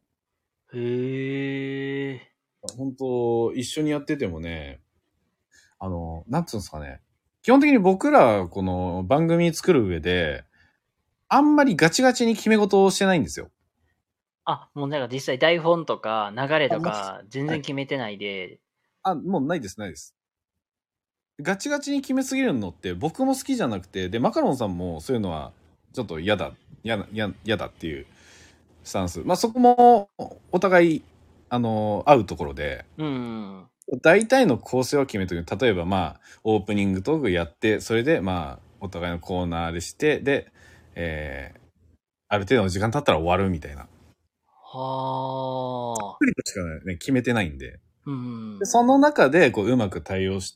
本当、一緒にやっててもね、なんつうんですかね。基本的に僕ら、この番組作る上で、あんまりガチガチに決め事をしてないんですよ。 もうなんか実際台本とか流れとか全然決めてないで。 もうないです、ないです。ガチガチに決めすぎるのって僕も好きじゃなくて、で、マカロンさんもそういうのはちょっと嫌だっていうスタンス。そこもお互い、合うところで。 大体の構成は決めておく。例えばまあ、オープニングトークやって、それでまあ、お互いのコーナーでして、で、ある程度の時間経ったら終わるみたいな。 はあ。 クリとしかね、決めてないんで。 うんで、。その中で、こう、うまく対応して、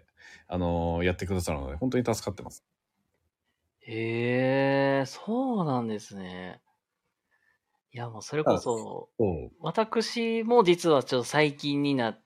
やってくださるので、本当に助かってます。 へえ、そうなんですね。いや、もうそれこそ、 そう。 私も実はちょっと最近になって、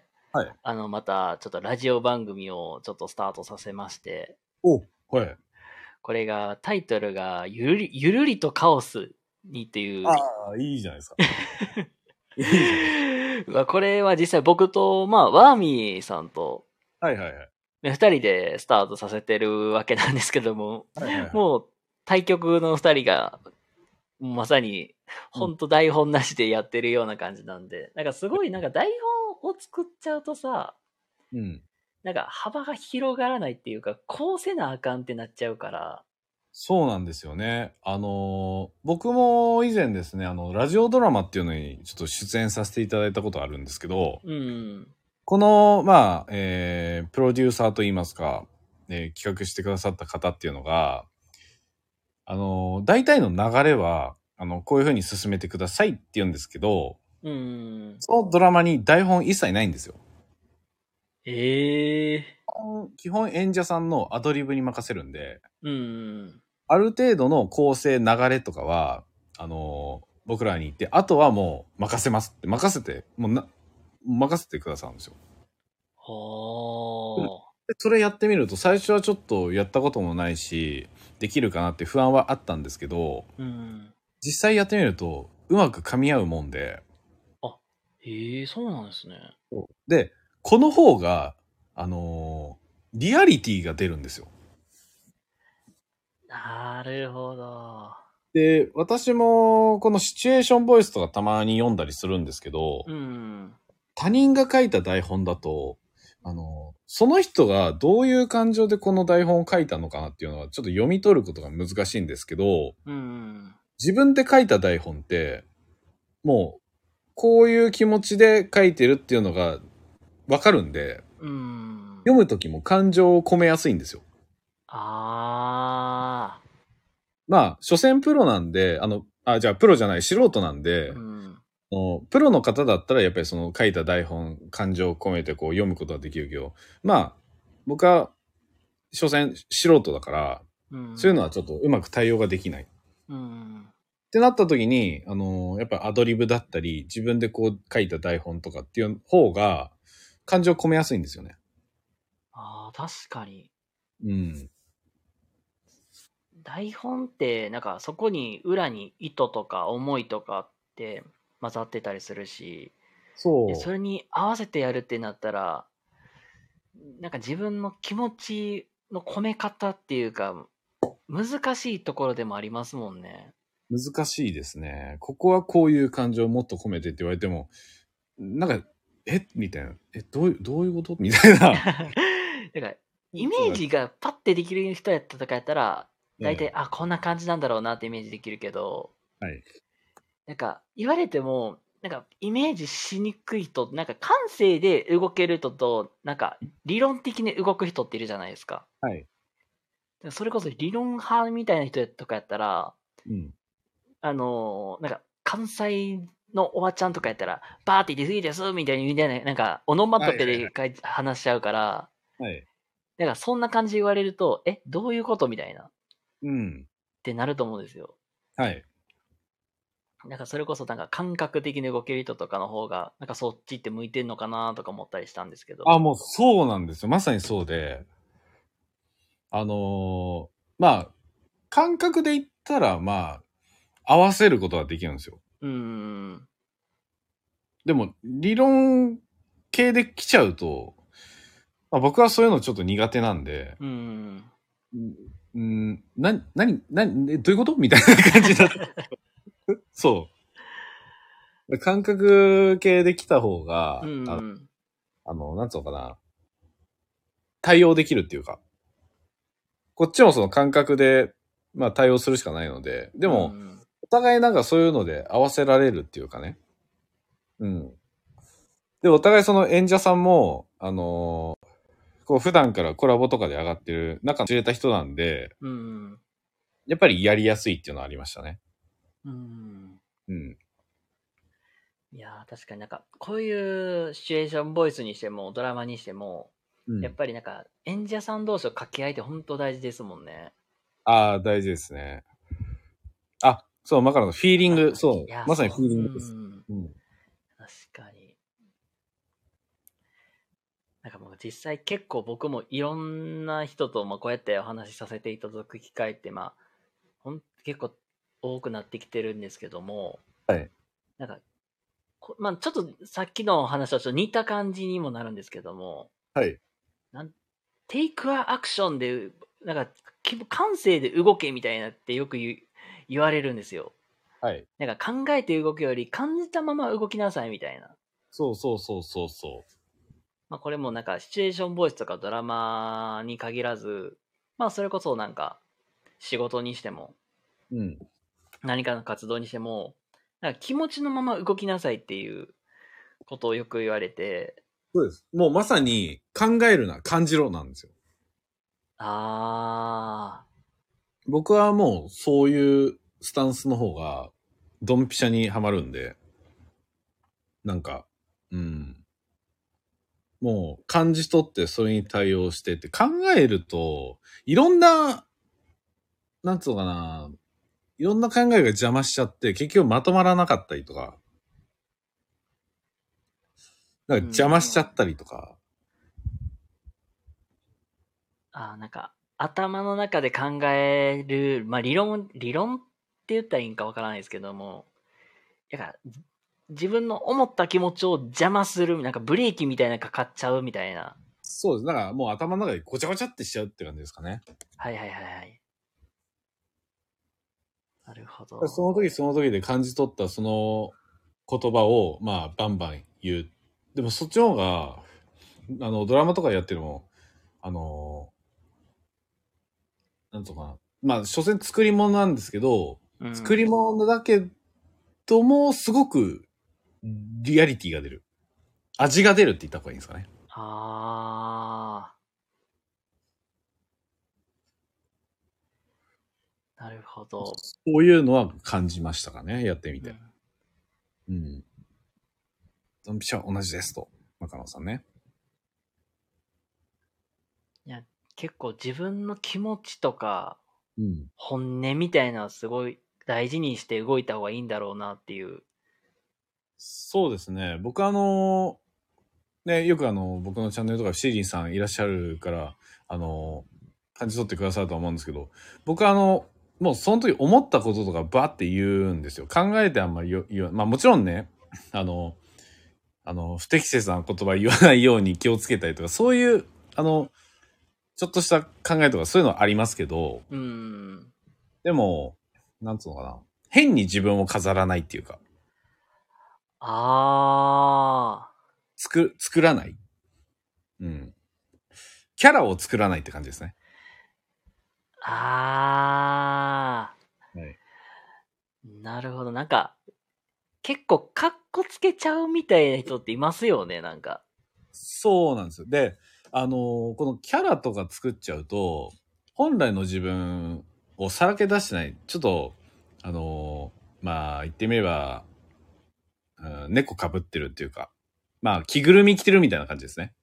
はい。 またちょっとラジオ番組をちょっとスタートさせまして、 お、はい。 これが、タイトルが、ゆるりとカオスにっていう。 ああ、いいじゃないですか。いいじゃないですまあこれは実際僕と、まあ、ワーミーさんと、 か。はいはいはい。 ね二人でスタートさせてるわけなんですけども、 はいはいはい。 もう、対局の二人が、まさに、ほんと台本なしでやってるような感じなんで、なんかすごいなんか台本を作っちゃうとさ、 うん。 なんか幅が広がらないっていうか、こうせなあかんってなっちゃうから。 そうなんですよね。僕も以前ですね、ラジオドラマっていうのにちょっと出演させていただいたことあるんですけど、 うん。 この、まあ、プロデューサーといいますか、企画してくださった方っていうのが、大体の流れは、こういうふうに進めてくださいって言うんですけど、 うん。 そのドラマに台本一切ないんですよ。 ええ基本演者さんのアドリブに任せるんで、 うん。 ある程度の構成流れとかは、僕らに言って、あとはもう任せますって、任せてくださるんですよ。 はあ。 でそれやってみると、最初はちょっとやったこともないし、できるかなって不安はあったんですけど、 うん。 実際やってみると、うまく噛み合うもんで、 あ、へえ、そうなんですね。 で、この方が、リアリティが出るんですよ。 なるほど。 で、私もこのシチュエーションボイスとかたまに読んだりするんですけど、 うん。 他人が書いた台本だと、その人がどういう感情でこの台本を書いたのかなっていうのはちょっと読み取ることが難しいんですけど、 うん。 自分で書いた台本って、もう、こういう気持ちで書いてるっていうのがわかるんで、 うん。 読むときも感情を込めやすいんですよ。 ああ。 まあ、所詮プロなんで、じゃあプロじゃない、素人なんで、 うん。 プロの方だったらやっぱりその書いた台本、感情を込めてこう読むことはできるけど、まあ、僕は、所詮素人だから、 うん。 そういうのはちょっとうまく対応ができない。っうん。 てなった時に、やっぱアドリブだったり、自分でこう書いた台本とかっていう方が、感情を込めやすいんですよね。 ああ、確かに。 うん。 台本って、なんかそこに裏に意図とか思いとかって混ざってたりするし、で、そそれに合わせてやるってなったら、なんか自分の気持ちの込め方っていうか、難しいところでもありますもんね。 う。難しいですね。ここはこういう感情をもっと込めてって言われても、なんか、みたいな。どういうことみたいな。 だからイメージがパッてできる人やったとかやったら、大体、あ、こんな感じなんだろうなってイメージできるけど、 はい。 なんか言われても、なんかイメージしにくい人、なんか感性で動ける人と、なんか理論的に動く人っているじゃないですか。 はい。 それこそ理論派みたいな人とかやったら、 うん。 なんか関西のおばちゃんとかやったら、バーって言っていいですみたいな、なんかオノマトペで話しちゃうから、 はい。 なんかそんな感じで言われると、どういうことみたいなっうん。 てなると思うんですよ。 はい。 なんかそれこそなんか感覚的に動ける人とかの方が、なんかそっちって向いてんのかなとか思ったりしたんですけど。 あ、もうそうなんですよ。まさにそうで、あのまあ、感覚で言ったら、まあ、合わせることができるんですよ。 うーん。 でも、理論系で来ちゃうと、まあ、僕はそういうのちょっと苦手なんで、 うーん。 うん、どういうことみたいな感じだった。そう。感覚系で来た方うが、 ん。 なんつうのかな、対応できるっていうか、こっちもその感覚で、まあ対応するしかないので、でうも、 ん。 お互いなんかそういうので合わせられるっていうかね。うん。 で、お互いその演者さんも、こう普段からコラボとかで上がってる仲の知れた人なんで、 うん。 やっぱりやりやすいっていうのはありましたね。 うん。 うん。 いやー、確かになんか、こういうシチュエーションボイスにしても、ドラマにしても、 うん、 やっぱりなんか、演者さん同士の掛け合いって本当大事ですもんね。 ああ、大事ですね。あ、そう、マカロンのフィーリング、そう、 いや、 まさにそう。うフィーリングです。 ん。 うん。 確かに。なんかもう実際結構僕もいろんな人とこうやってお話しさせていただく機会って結構多くなってきてるんですけども、 はい。 なんかちょっとさっきの話とちょっと似た感じにもなるんですけども、 はい。 テイクアクションで、なんか感性で動けみたいなってよく言われるんですよ。 はい。 なんか考えて動くより感じたまま動きなさいみたいな。 そうそうそうそうそこれもなんかシチュエーションボイスとかドラマに限らず、それこそなんか仕事にしても、 う。うん。 何かの活動にしても、なんか気持ちのまま動きなさいっていうことをよく言われて、 そうです。もうまさに考えるな、感じろなんですよ。 あ僕はもうそういうスタンスの方がドンピシャにはまるんで、なんか、うん。もう感じ取ってそれに対応してって考えると、いろんな、なんつうのかな、いろんな考えが邪魔しちゃって結局まとまらなかったりとか、なんか邪魔しちゃったりとか。 なんか頭の中で考える、理論って言ったらいいんかわからないですけども、だから自分の思った気持ちを邪魔する、なんかブレーキみたいなのかかっちゃうみたいな。 そうです。だからもう頭の中でごちゃごちゃってしちゃうって感じですかね。 はいはいはいはい。なるほど。 その時その時で感じ取ったその言葉を、まあ、バンバン言う。でもそっちの方が、ドラマとかやってるのも、なんとかな。まあ、所詮作り物なんですけど、作り物だけども、すごくリアリティが出る。味が出るって言った方がいいんですかね。 なるほど。 そういうのは感じましたかね、やってみて。うん。ドンピシャ同じですと、中野さんね。 いや、結構自分の気持ちとか、 うん、 本音みたいなのをすごい大事にして動いた方がいいんだろうなっていう。 そうですね。僕ね、よく僕のチャンネルとかシーリンさんいらっしゃるから、感じ取ってくださると思うんですけど、僕もうその時思ったこととかバーって言うんですよ。考えてあんまり言わ、まあもちろんね、不適切な言葉言わないように気をつけたりとか、そういう、ちょっとした考えとかそういうのありますけど、でも、なんつうのかな。変に自分を飾らないっていうか。作らない。うん。キャラを作らないって感じですね。 はい。なるほど。なんか、結構カッコつけちゃうみたいな人っていますよね、なんか。 そうなんですよ。で、このキャラとか作っちゃうと、本来の自分をさらけ出してない。ちょっと、まあ、言ってみれば、猫被ってるっていうか、まあ、着ぐるみ着てるみたいな感じですね。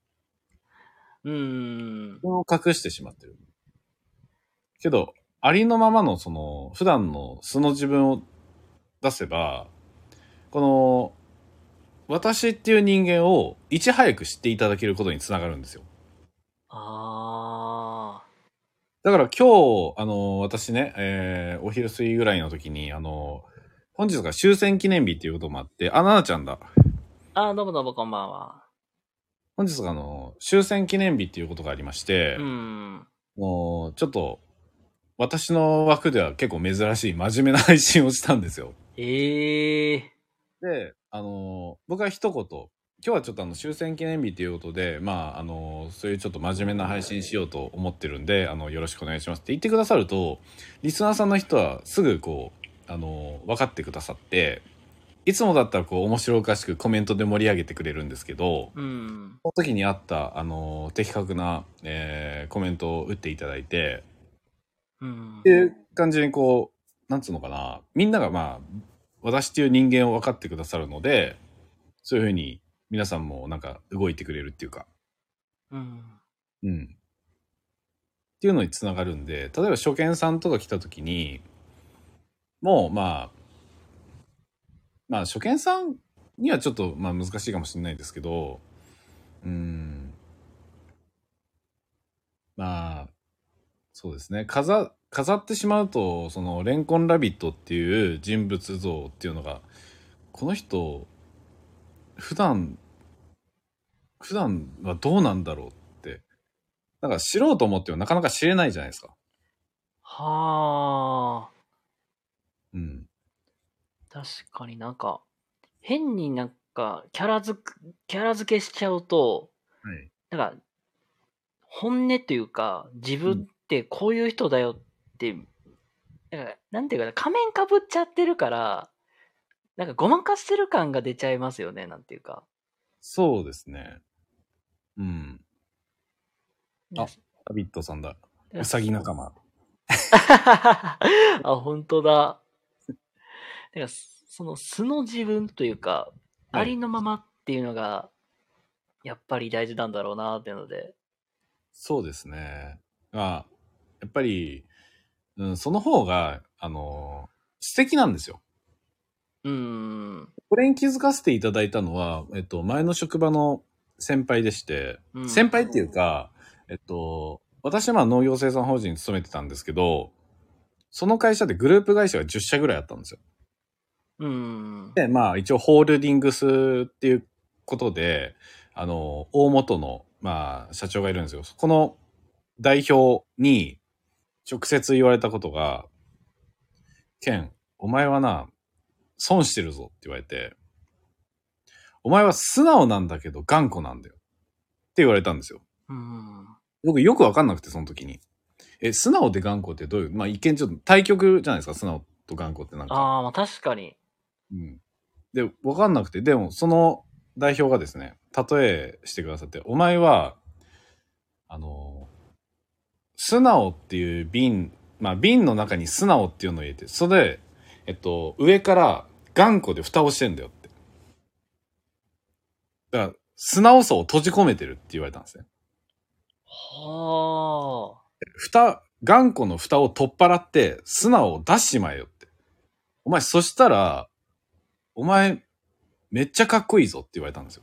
を隠してしまってる。けど、ありのままの普段の素の自分を出せば、この、私っていう人間をいち早く知っていただけることにつながるんですよ。だから今日、私ね、お昼過ぎぐらいの時に、本日が終戦記念日っていうこともあって、ななちゃんだ。 どうもどうもこんばんは。 本日が終戦記念日っていうことがありまして、もう、ちょっと、私の枠では結構珍しい真面目な配信をしたんですよ。で、僕は一言、今日はちょっと終戦記念日ということで、まあ、そういうちょっと真面目な配信しようと思ってるんで、よろしくお願いしますって言ってくださると、リスナーさんの人はすぐこう、分かってくださって、 いつもだったらこう面白おかしくコメントで盛り上げてくれるんですけど、 うん。 その時にあった、的確な、コメントを打っていただいて、 うんっていう感じにこう、なんつうのかな、みんながまあ、私っていう人間を分かってくださるので、そういうふうに皆さんもなんか動いてくれるっていうか、 うんうん。っていうのにつながるんで、例えば初見さんとか来た時に、もうまあ初見さんにはちょっとまあ難しいかもしれないですけど、まあ、そうですね。飾ってしまうと、そのレンコンラビットっていう人物像っていうのが、この人、普段、普段はどうなんだろうって、なんか知ろうと思ってもなかなか知れないじゃないですか。 はあ。 うん。 確かになんか、変になんか、キャラ付けしちゃうと、 はい。 なんか、本音というか、自うん。 分ってこういう人だよって、なんか、なんていうかな、仮面かぶっちゃってるから、なんかごまかしてる感が出ちゃいますよね、なんていうか。 そうですね。うん。 ねあ、ラビットさんだ。 ねうさぎ仲間。 あ、本当だ。だから、その素の自分というか、 はい。 ありのままっていうのが、やっぱり大事なんだろうなっていうので。 そうですね。まあ、やっぱり、その方が、素敵なんですよ。 うーん。 これに気づかせていただいたのは、前の職場の先輩でして、 うん。 先輩っていうか、私はまあ農業生産法人に勤めてたんですけど、その会社でグループ会社が10社ぐらいあったんですよ。 うーん。 で、まあ一応ホールディングスっていうことで、大元の、まあ社長がいるんですよ。この代表に直接言われたことが、ケン、お前はな、損してるぞって言われて、お前は素直なんだけど頑固なんだよって言われたんですよ。 うーん。 僕よくわかんなくて、その時に。素直で頑固ってどういう、まあ一見ちょっと対極じゃないですか、素直と頑固ってなんか。 ああ、まあ確かに。 うん。で、わかんなくて、でもその代表がですね、例えしてくださって、お前は、あの、素直っていう瓶、まあ瓶の中に素直っていうのを入れて、それで、上から頑固で蓋をしてんだよって。だから、素直さを閉じ込めてるって言われたんですね。 はあ。 頑固の蓋を取っ払って、素直を出しちまえよって。お前、そしたら、お前、めっちゃかっこいいぞって言われたんですよ。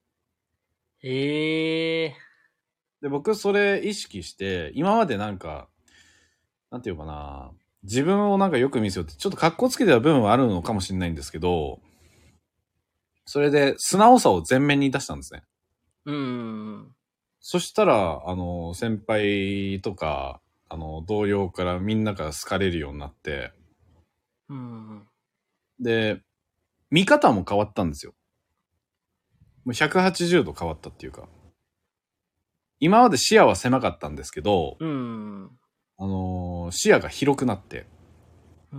ええで、僕、それ意識して、今までなんか、なんていうかな、自分をなんかよく見せようって、ちょっと格好つけてた部分はあるのかもしれないんですけど、それで素直さを前面に出したんですね。 ー。うーん。 そしたら、先輩とか、同僚からみんなから好かれるようになって、 うーん。 で、見方も変わったんですよ。もう180度変わったっていうか。今まで視野は狭かったんですけど、 うーん。 視野が広くなって、 うん。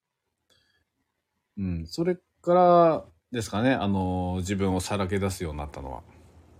うん、それからですかね、自分をさらけ出すようになったのは。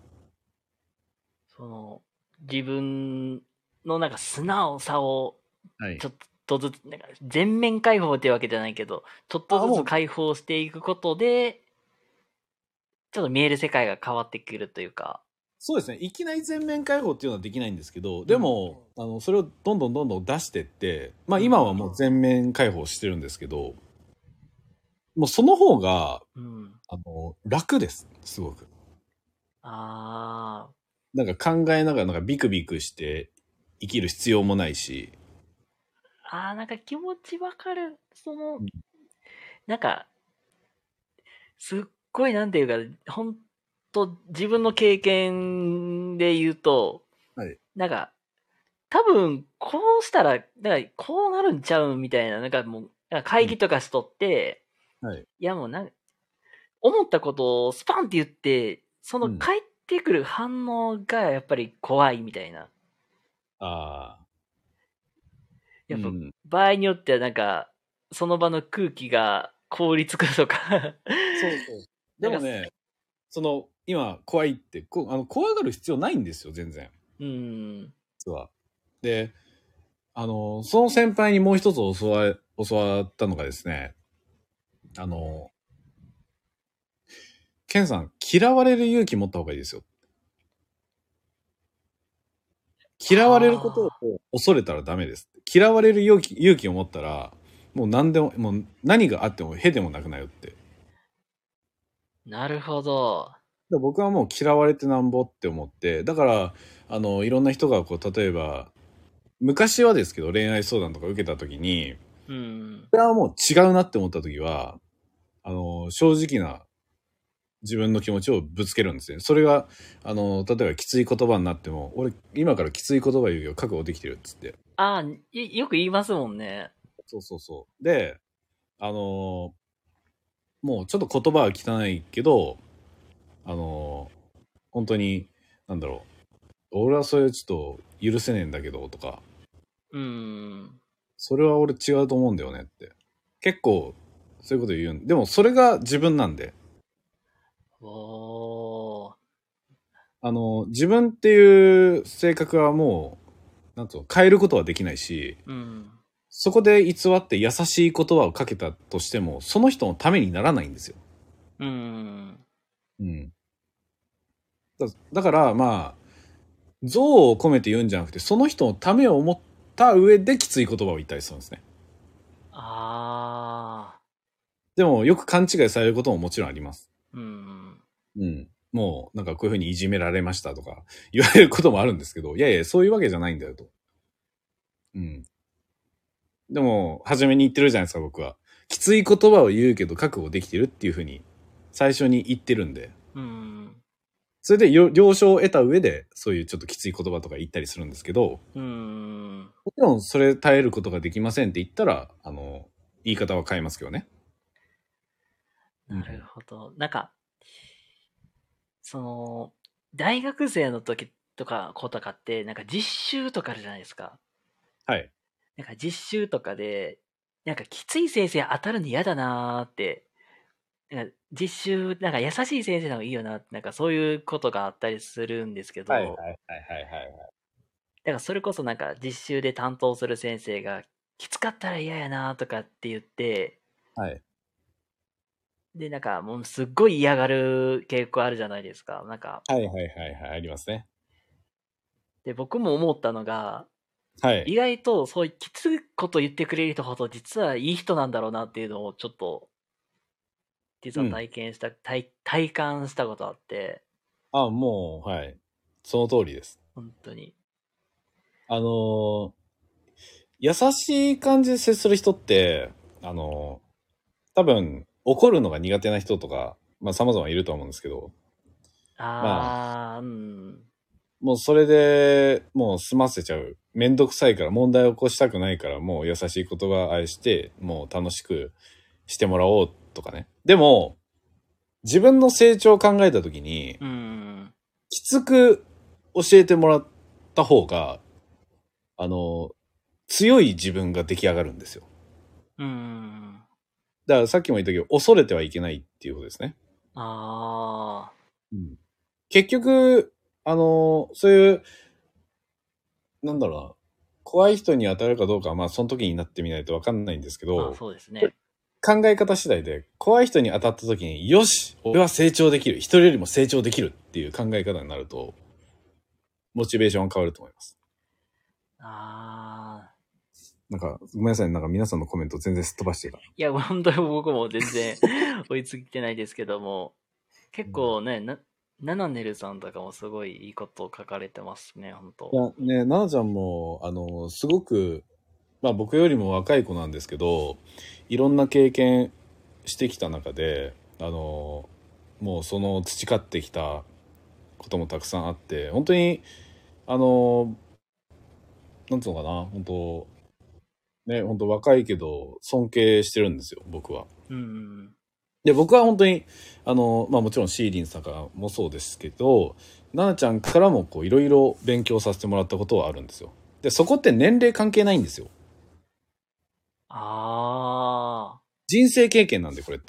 その、自分のなんか素直さをはい。 ちょっとずつ、なんか全面解放っていうわけじゃないけど、ちょっとあ、 ずつもう、 解放していくことで、ちょっと見える世界が変わってくるというか。 そうですね、いきなり全面開放っていうのはできないんですけど、 うん。 でも、それをどんどんどんどん出してって、まあうん。 今はもう全面開放してるんですけど、もうその方が、 うん。 楽です。すごく。 ああ。 なんか考えながらなんかビクビクして生きる必要もないし、 ああ、なんか気持ちわかる。なんか、すっごいなんていうか、ほんと自分の経験で言うと、 はい。 なんか、多分、こうしたら、なんか、こうなるんちゃうみたいな、なんかもう、なんかうん。 会議とかしとって、 はい。 いやもう思ったことをスパンって言って、そうん。 の返ってくる反応がやっぱり怖いみたいな。 ああ。うやっぱ、 ん。 場合によってはなんか、その場の空気が凍りつくとか。 そうそう。でもね、今、怖いって、怖がる必要ないんですよ、全然。実は。で、その先輩にもう一つ教わったのがですね、ケンさん、嫌われる勇気持った方がいいですよ。嫌われることを恐れたらダメです。嫌われる勇気を持ったら、もう何でも、もう何があってもへでもなくなよって。 なるほど。 僕はもう嫌われてなんぼって思って、だから、いろんな人がこう、例えば、昔はですけど、恋愛相談とか受けたときに、 うん。 これはもう違うなって思ったときは、正直な自分の気持ちをぶつけるんですね。それが、例えばきつい言葉になっても、俺、今からきつい言葉言うよ、覚悟できてるっつって。 よく言いますもんね。 そうそうそう。で、もうちょっと言葉は汚いけど、本当に、なんだろう、俺はそれちょっと許せねえんだけど、とか、それは俺違うと思うんだよねって。結構、そういうこと言うんでも、それが自分なんで。自分っていう性格はもう、なんと変えることはできないし、そこで偽って優しい言葉をかけたとしても、その人のためにならないんですよ。だからまあ、憎を込めて言うんじゃなくて、その人のためを思った上できつい言葉を言ったりするんですね。でもよく勘違いされることももちろんあります。もうなんかこういうふうにいじめられましたとか言われることもあるんですけど、いやいや、そういうわけじゃないんだよと。でも、初めに言ってるじゃないですか、僕は。きつい言葉を言うけど覚悟できてるっていうふうに最初に言ってるんで。それで了承を得た上で、そういうちょっときつい言葉とか言ったりするんですけど、もちろんそれ耐えることができませんって言ったら、言い方は変えますけどね。 なるほど。なんか、大学生の時とか、子とかって、なんか実習とかあるじゃないですか。 はい。 なんか実習とかで、なんかきつい先生当たるの嫌だなーって、なんか実習、なんか優しい先生の方がいいよなって、なんかそういうことがあったりするんですけど、 はいはいはいはいはい。 だからそれこそなんか実習で担当する先生が、きつかったら嫌やなとかって言って、 はい。 で、なんかもうすっごい嫌がる傾向あるじゃないですか。なんか、 はいはいはいはい、ありますね。 で、僕も思ったのが、 はい。 意外とそういうきついこと言ってくれる人ほど実はいい人なんだろうなっていうのをちょっと、実は体感したことあって。 もう、はい。その通りです。 本当に。 優しい感じで接する人って、多分、怒るのが苦手な人とか、まあ様々いると思うんですけど、もうそれでもう済ませちゃう。めんどくさいから問題を起こしたくないからもう優しい言葉愛してもう楽しくしてもらおうとかね。でも自分の成長を考えたときに、きつく教えてもらった方が、強い自分が出来上がるんですよ。だからさっきも言ったけど恐れてはいけないっていうことですね。結局、そういう、なんだろうな、怖い人に当たるかどうかは、まあ、その時になってみないと分かんないんですけど、 そうですね。 考え方次第で、怖い人に当たった時に、よし俺は成長できる人よりも成長できるっていう考え方になると、モチベーションは変わると思います。なんか、ごめんなさい、なんか皆さんのコメント全然すっ飛ばしてた。 いや、本当に僕も全然追いついてないですけども、結構ね、ナナネルさんとかもすごいいいことを書かれてますね、本当。 いや、ね、ナナちゃんも、すごく、まあ僕よりも若い子なんですけど、いろんな経験してきた中で、もうその培ってきたこともたくさんあって、本当に、なんつうのかな、本当ね、本当若いけど尊敬してるんですよ、僕は。で、僕は本当に、まあもちろんシーリンさんからもそうですけど、ナナちゃんからもこういろいろ勉強させてもらったことはあるんですよ。で、そこって年齢関係ないんですよ。 人生経験なんで、これって。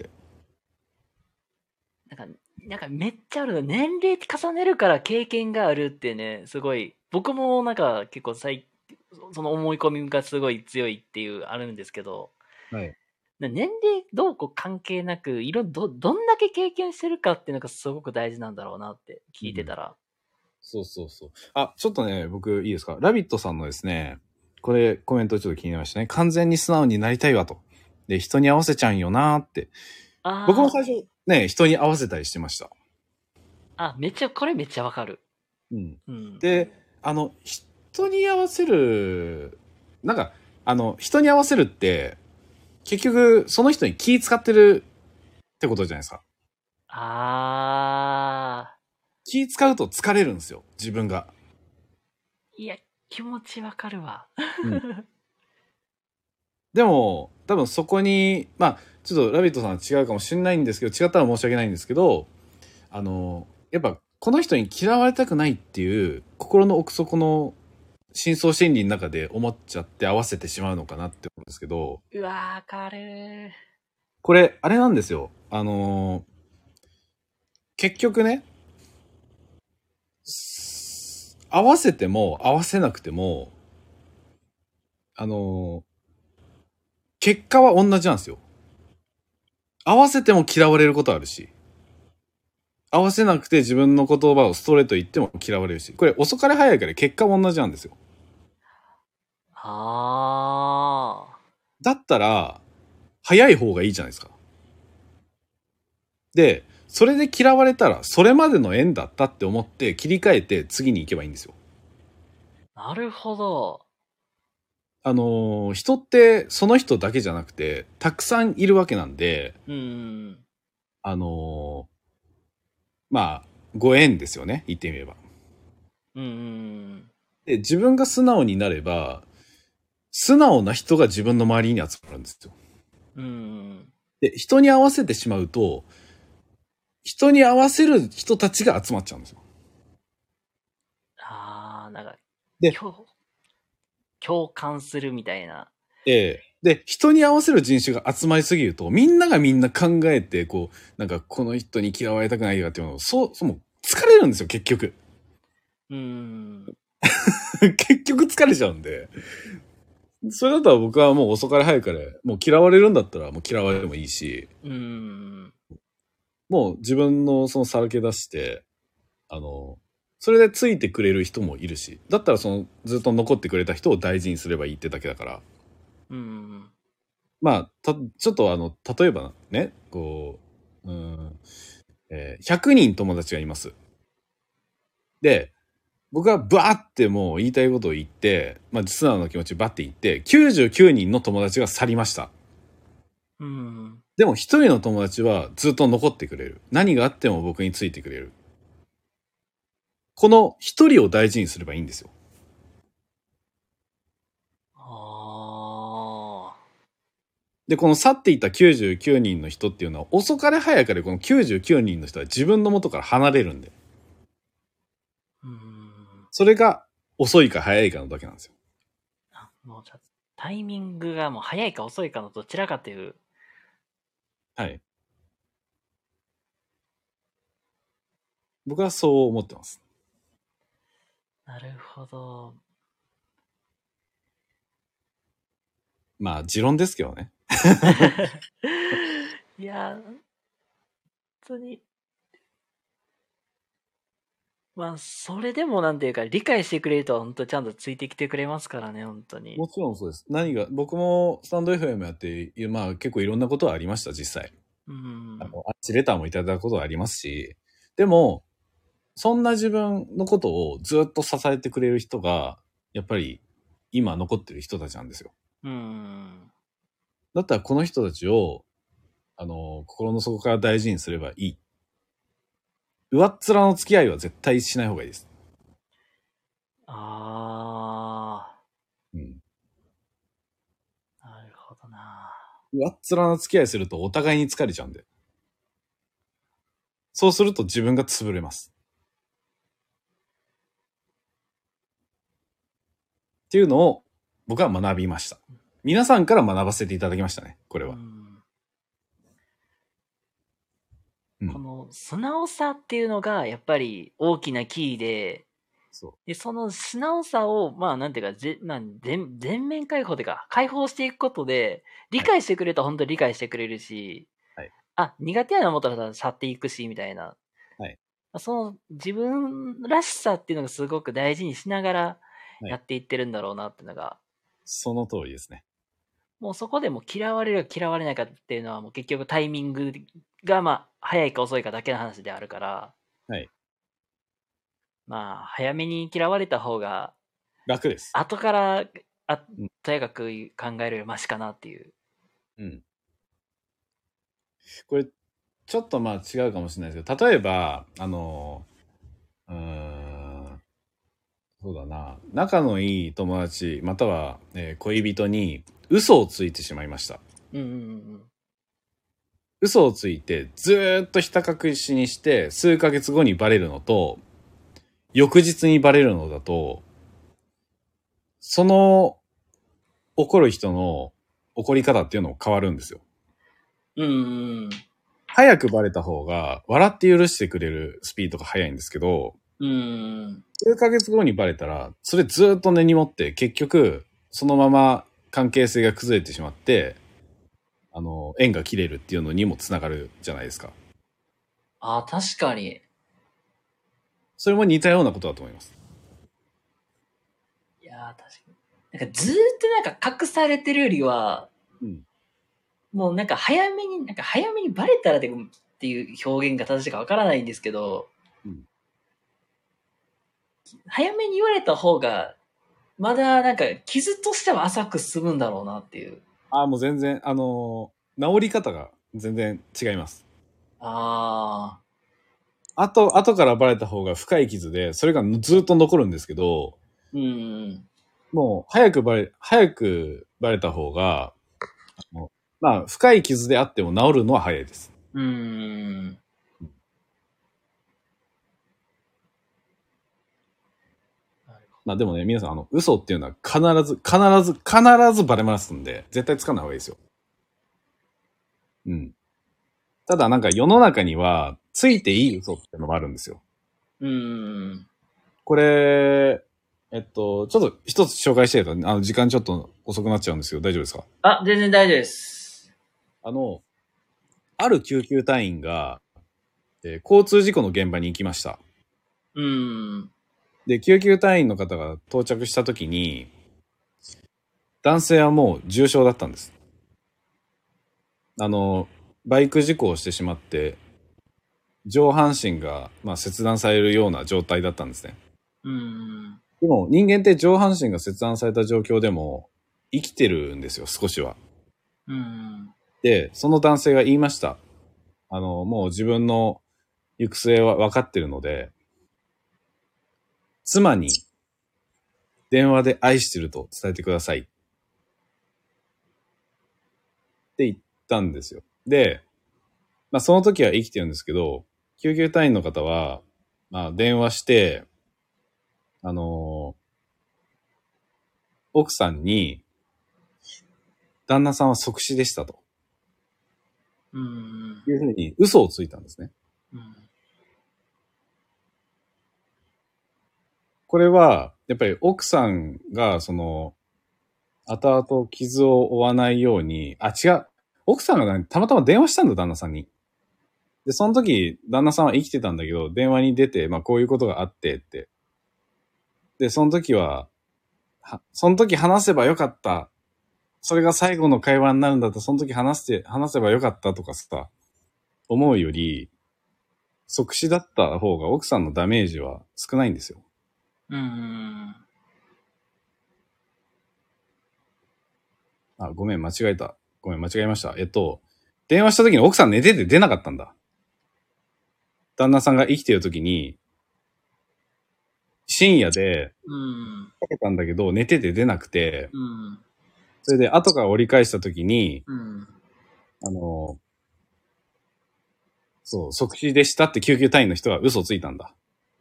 なんかめっちゃあるの。年齢重ねるから経験があるってね、すごい。僕もなんか結構その思い込みがすごい強いっていうあるんですけど、 はい。 年齢どうこう関係なく、どんだけ経験してるかっていうのがすごく大事なんだろうなって聞いてたら。 そうそうそう。あ、ちょっとね、僕いいですか？ラビットさんのですね、これコメントちょっと気になりましたね。完全に素直になりたいわと。で、人に合わせちゃうんよなーって。僕もあ最初ね、人に合わせたりしてました。 あ、これめっちゃわかる。 うん。 うん。 で、人に合わせる、なんか、人に合わせるって、結局、その人に気使ってるってことじゃないですか。 ああ、 気使うと疲れるんですよ、自分が。 いや、気持ちわかるわ。 うん。でも、多分そこに、まあ、ちょっとラビットさんは違うかもしれないんですけど、違ったら申し訳ないんですけど、やっぱ、この人に嫌われたくないっていう、心の奥底の深層心理の中で思っちゃって合わせてしまうのかなって思うんですけど、 うわ、わかる。 これ、あれなんですよ。結局ね、合わせても合わせなくても、あの結果は同じなんですよ。合わせても嫌われることあるし、合わせなくて自分の言葉をストレート言っても嫌われるし、これ遅かれ早いから結果も同じなんですよ。 ああ。 だったら、早い方がいいじゃないですか。で、それで嫌われたら、それまでの縁だったって思って切り替えて次に行けばいいんですよ。 なるほど。 人ってその人だけじゃなくて、たくさんいるわけなんで、 うん。 あのまあ、ご縁ですよね、言ってみれば。 うん。 で、自分が素直になれば、素直な人が自分の周りに集まるんですよ。 うん。 で、人に合わせてしまうと、人に合わせる人たちが集まっちゃうんですよ。 ああ、なんか、 で、 共感するみたいな。 で、人に合わせる人種が集まりすぎると、みんながみんな考えて、こう、なんか、この人に嫌われたくないかっていうのを、もう疲れるんですよ、結局。 うん。 結局疲れちゃうんで。それだったら僕はもう遅かれ早かれ、もう嫌われるんだったらもう嫌われてもいいし、 うん。 もう自分のそのさらけ出して、それでついてくれる人もいるし、だったらずっと残ってくれた人を大事にすればいいってだけだから。 うん。 まあ、ちょっと例えばね、100人友達がいます。で、僕はバーってもう言いたいことを言って、まあ、素直な気持ちバッて言って、99人の友達が去りました。 うん。 でも一人の友達はずっと残ってくれる。何があっても僕についてくれる。この一人を大事にすればいいんですよ。 ああ。 で、この去っていった99人の人っていうのは、遅かれ早かれこの99人の人は自分の元から離れるんで。 うん。 それが遅いか早いかのだけなんですよ。 もうじゃタイミングがもう早いか遅いかのどちらかという。 はい。僕はそう思ってます。 なるほど。 まあ、持論ですけどね。 いや、本当に。まあ、それでもなんていうか、理解してくれると本当ちゃんとついてきてくれますからね、本当に。 もちろんそうです。僕もスタンド FM やって、まあ結構いろんなことはありました、実際。 うん。 アンチレターもいただくことはありますし、でも、そんな自分のことをずっと支えてくれる人が、やっぱり今残ってる人たちなんですよ。 うん。 だったらこの人たちを、心の底から大事にすればいい。上っ面の付き合いは絶対しない方がいいです。 あうん。 あ、なるほどな。 上っ面の付き合いするとお互いに疲れちゃうんで。そうすると自分が潰れます。っていうのを僕は学びました。皆さんから学ばせていただきましたね、これは。 この素直さっていうのがやっぱり大きなキーで、で、その素直さを、まあ、なんていうか、全面解放というか、解放していくことで、理解してくれたら本当に理解してくれるし、 はい、 あ、苦手やな思ったら去っていくし、みたいな。 はい、 その自分らしさっていうのがすごく大事にしながらやっていってるんだろうなっていうのが。 その通りですね。 もうそこでも嫌われるか嫌われないかっていうのはもう結局タイミングがまあ早いか遅いかだけの話であるから、 はい。 まあ早めに嫌われた方が楽です。 後からとやかく考えるよりマシかなっていう。 うん。これちょっとまあ違うかもしれないですけど、例えばそうだな、仲のいい友達または、恋人に嘘をついてしまいました。嘘をついてずーっとひた隠しにして数ヶ月後にバレるのと翌日にバレるのだと、その怒る人の怒り方っていうのも変わるんですよ。早くバレた方が笑って許してくれるスピードが速いんですけど、数ヶ月後にバレたらそれずっと根に持って結局そのまま関係性が崩れてしまって縁が切れるっていうのにもつながるじゃないですか。 ああ、確かに。 それも似たようなことだと思います。 いやー、確かに。なんかずーっとなんか隠されてるよりは、もうなんか早めにバレたらっていう表現が正しいかわからないんですけど、早めに言われた方が、まだなんか傷としては浅く済むんだろうなっていう。 もう全然、治り方が全然違います。 後からバレた方が深い傷で、それがずっと残るんですけど、もう早くバレた方が、まあ、深い傷であっても治るのは早いです。まあでもね、皆さん、嘘っていうのは必ずバレますんで、絶対つかない方がいいですよ。ただなんか世の中には、ついていい嘘ってのもあるんですよ。これ、ちょっと一つ紹介していただ、時間ちょっと遅くなっちゃうんですけど、大丈夫ですか？ 全然大丈夫です。 ある救急隊員が、交通事故の現場に行きました。で、救急隊員の方が到着した時に、男性はもう重傷だったんです。バイク事故をしてしまって、上半身が、切断されるような状態だったんですね。でも人間って上半身が切断された状況でも生きてるんですよ、少しは。で、その男性が言いました。もう自分の行く末は分かってるので、妻に電話で愛してると伝えてください。って言ったんですよ。で、その時は生きてるんですけど、救急隊員の方は、電話して、奥さんに、旦那さんは即死でしたと。いうふうに嘘をついたんですね。これは、やっぱり奥さんが、後々傷を負わないように、違う。奥さんがたまたま電話したんだ、旦那さんに。で、その時、旦那さんは生きてたんだけど、電話に出て、こういうことがあってって。で、その時話せばよかった。それが最後の会話になるんだったら、その時話せばよかったとかさ、思うより、即死だった方が奥さんのダメージは少ないんですよ。ごめん、間違えた。ごめん、間違えました。電話した時に奥さん寝てて出なかったんだ。旦那さんが生きてる時に、深夜で、かけたんだけど、寝てて出なくて、それで後から折り返した時に、即死でしたって救急隊員の人が嘘をついたんだ。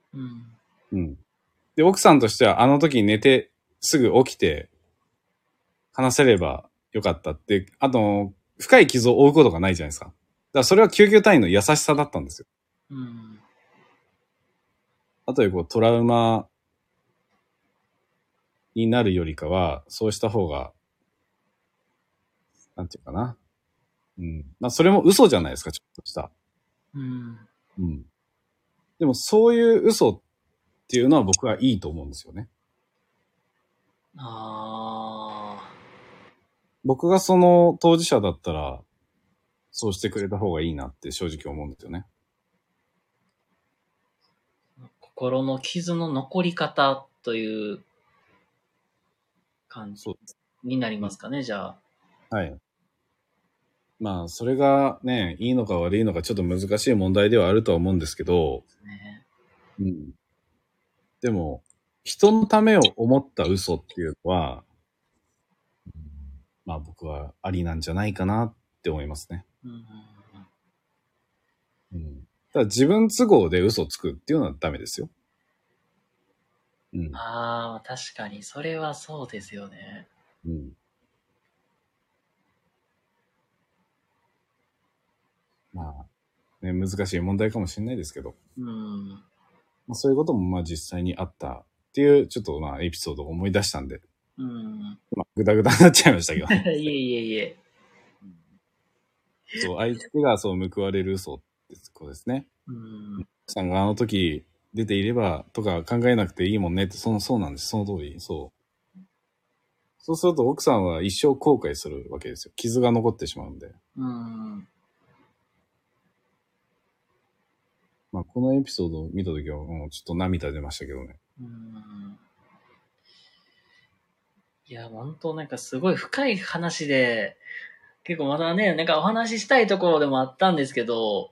で、奥さんとしてはあの時に寝てすぐ起きて話せればよかったって、深い傷を負うことがないじゃないですか。 らそれは救急隊員の優しさだったんですよ。 うん。 あとでこうトラウマになるよりかは、そうした方が、なんていうかな。うん。まあそれも嘘じゃないですか、ちょっとした。 うん。 うん。でもそういう嘘っていうのは僕はいいと思うんですよね。 ああ。 僕がその当事者だったら、そうしてくれた方がいいなって正直思うんですよね。 心の傷の残り方という感じそう。 になりますかね、じゃあ。 はい。まあ、それがね、いいのか悪いのかちょっと難しい問題ではあるとは思うんですけど、 ね、 うん。でも、人のためを思った嘘っていうのは、まあ僕はありなんじゃないかなって思いますね。 うんうんうん。ただ自分都合で嘘をつくっていうのはダメですよ。うん。 ああ、確かに、それはそうですよね。 うん。まあ、ね、難しい問題かもしれないですけど、 うん。 まあ、そういうこともまあ実際にあったっていう、ちょっとまあエピソードを思い出したんで、 うん。 まあ、ぐだぐだになっちゃいましたけどね。 いえいえいえ。 そう、相手がそう報われる嘘ってことですね。 うん。 さんがあの時出ていればとか考えなくていいもんねって、そうなんです。その通り。そう。そうすると奥さんは一生後悔するわけですよ。傷が残ってしまうんで。 うん。 まあ、このエピソードを見た時はもうちょっと涙出ましたけどね。 うん。いや、本当なんかすごい深い話で、結構まだね、なんかお話ししたいところでもあったんですけど、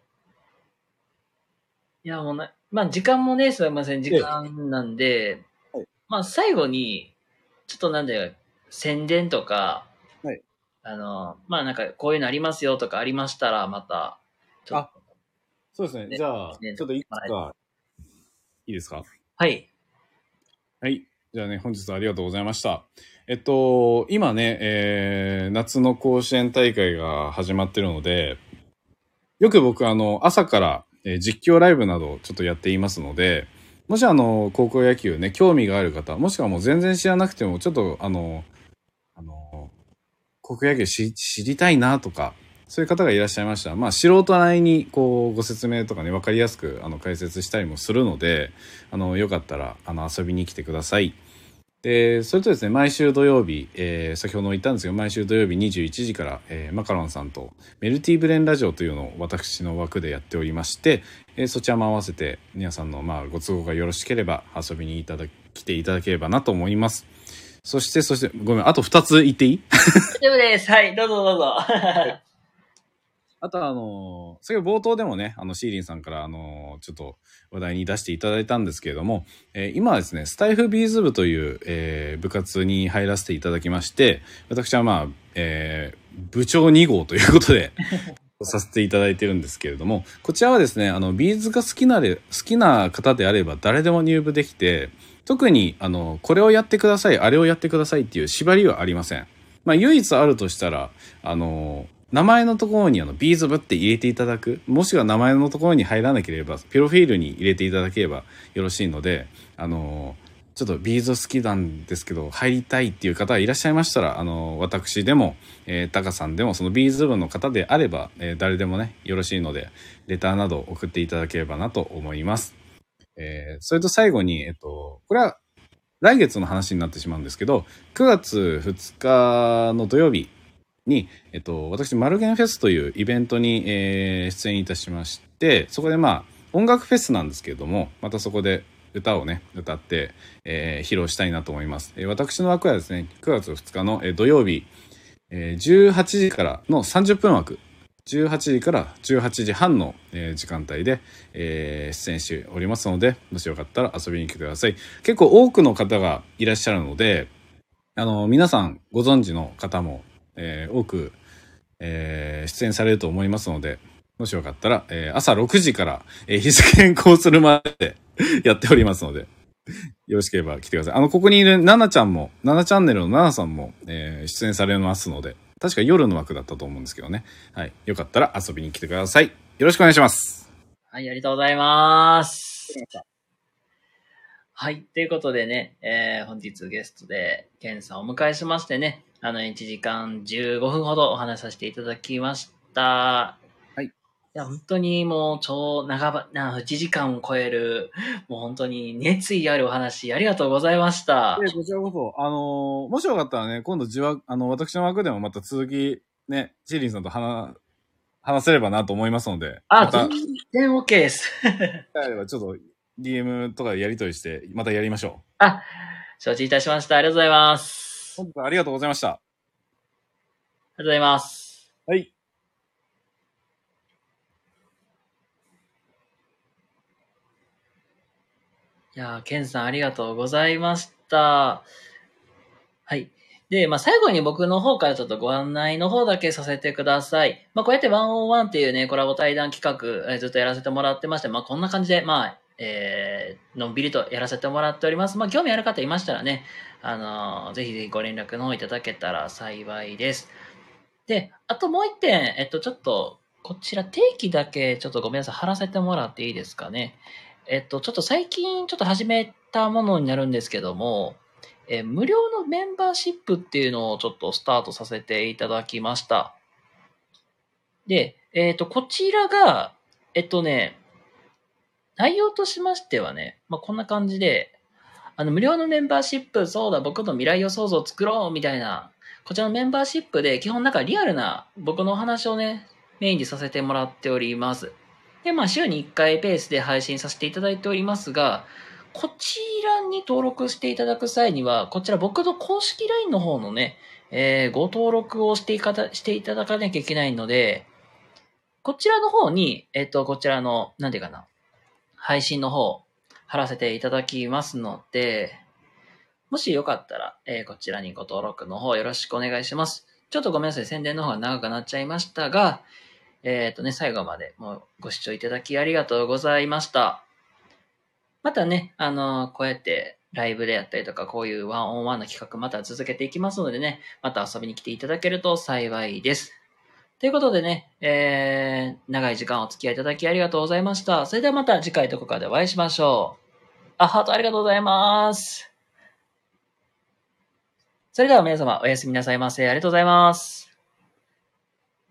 いや、もうまあ時間もね、すいません、時間なんで、 はい。 まあ最後に、ちょっとなんで、宣伝とか、 はい。 まあなんかこういうのありますよとかありましたら、また、ちょっあ、そうですね。 とね、 じゃあ、 ねちょっといくつはい。 かいいですか？ はい。 はい。じゃあね、本日はありがとうございました。今ね、夏の甲子園大会が始まってるので、よく僕朝から、実況ライブなどをちょっとやっていますので、もし高校野球ね、興味がある方、もしくはもう全然知らなくても、ちょっと高校野球知りたいなとか、そういう方がいらっしゃいましたら、まあ素人なりにこうご説明とかね、わかりやすく解説したりもするので、よかったら遊びに来てください。で、それとですね、毎週土曜日、先ほど言ったんですけど、毎週土曜日21時から、マカロンさんとメルティーブレンラジオというのを私の枠でやっておりまして、そちらも合わせて皆さんのまあご都合がよろしければ遊びに来ていただければなと思います。そして、ごめん、あと2つ言っていい？ 大丈夫です。はい、どうぞどうぞ。 あと先ほど冒頭でもね、シーリンさんからちょっと話題に出していただいたんですけれども、今はですね、スタイフビーズ部という、部活に入らせていただきまして、私はまあ、部長2号ということで、させていただいてるんですけれども、こちらはですね、ビーズが好きな方であれば誰でも入部できて、特に、これをやってください、あれをやってくださいっていう縛りはありません。まあ、唯一あるとしたら、名前のところにビーズ部って入れていただく、もしくは名前のところに入らなければ、プロフィールに入れていただければよろしいので、ちょっとビーズ好きなんですけど、入りたいっていう方がいらっしゃいましたら、私でも、タカさんでも、そのビーズ部の方であれば、誰でもね、よろしいので、レターなど送っていただければなと思います。それと最後に、これは来月の話になってしまうんですけど、9月2日の土曜日に、私、マルゲンフェスというイベントに、出演いたしまして、そこでまあ、音楽フェスなんですけれども、またそこで歌をね、歌って、披露したいなと思います。私の枠はですね、9月2日の、土曜日、18時からの30分枠、18時から18時半の、時間帯で、出演しておりますので、もしよかったら遊びに来てください。結構多くの方がいらっしゃるので、皆さんご存知の方も、多く、出演されると思いますので、もしよかったら、朝6時から、日付変更するまでやっておりますので、よろしければ来てください。ここにいるナナちゃんも、ナナチャンネルのナナさんも、出演されますので、 確か夜の枠だったと思うんですけどね。はい。よかったら遊びに来てください。よろしくお願いします。 はい、ありがとうございます。はい。ということでね、本日ゲストで、ケンさんをお迎えしましてね、1時間15分ほどお話しさせていただきました。 はい。 いや、本当にもう超1時間を超える、もう本当に熱意あるお話、ありがとうございました。 こちらこそ、もしよかったらね、今度私の枠でもまた続き、ね、チーリンさんと話せればなと思いますので。 全然 OK です。 ちょっと DM とかでやり取りして、またやりましょう。承知いたしました。ありがとうございます。 本日はありがとうございました。ありがとうございます。 はい。 いやー、ケンさんありがとうございました。はい。で、最後に僕の方からちょっとご案内の方だけさせてください。こうやって1on1っていうね、コラボ対談企画、ずっとやらせてもらってまして、こんな感じで、のんびりとやらせてもらっております。興味ある方いましたらね、ぜひぜひご連絡の方いただけたら幸いです。で、あともう一点、ちょっと、こちら定期だけちょっとごめんなさい、貼らせてもらっていいですかね。ちょっと最近ちょっと始めたものになるんですけども、無料のメンバーシップっていうのをちょっとスタートさせていただきました。で、こちらが、内容としましてはね、こんな感じで、無料のメンバーシップ、そうだ、僕の未来予想図を作ろうみたいな、こちらのメンバーシップで基本なんかリアルな僕のお話をね、メインにさせてもらっております。で、週に1回ペースで配信させていただいておりますが、こちらに登録していただく際には、こちら僕の公式 LINE の方のね、ご登録をしていただかなきゃいけないので、こちらの方に、こちらの、なんていうかな、配信の方、貼らせていただきますので、もしよかったら、こちらにご登録の方よろしくお願いします。ちょっとごめんなさい、宣伝の方が長くなっちゃいましたが、最後までもうご視聴いただきありがとうございました。またね、こうやってライブであったりとか、こういうワンオンワンの企画また続けていきますのでね、また遊びに来ていただけると幸いです。ということでね、長い時間お付き合いいただきありがとうございました。それではまた次回どこかでお会いしましょう。ハートありがとうございます。それでは皆様おやすみなさいませ。ありがとうございます。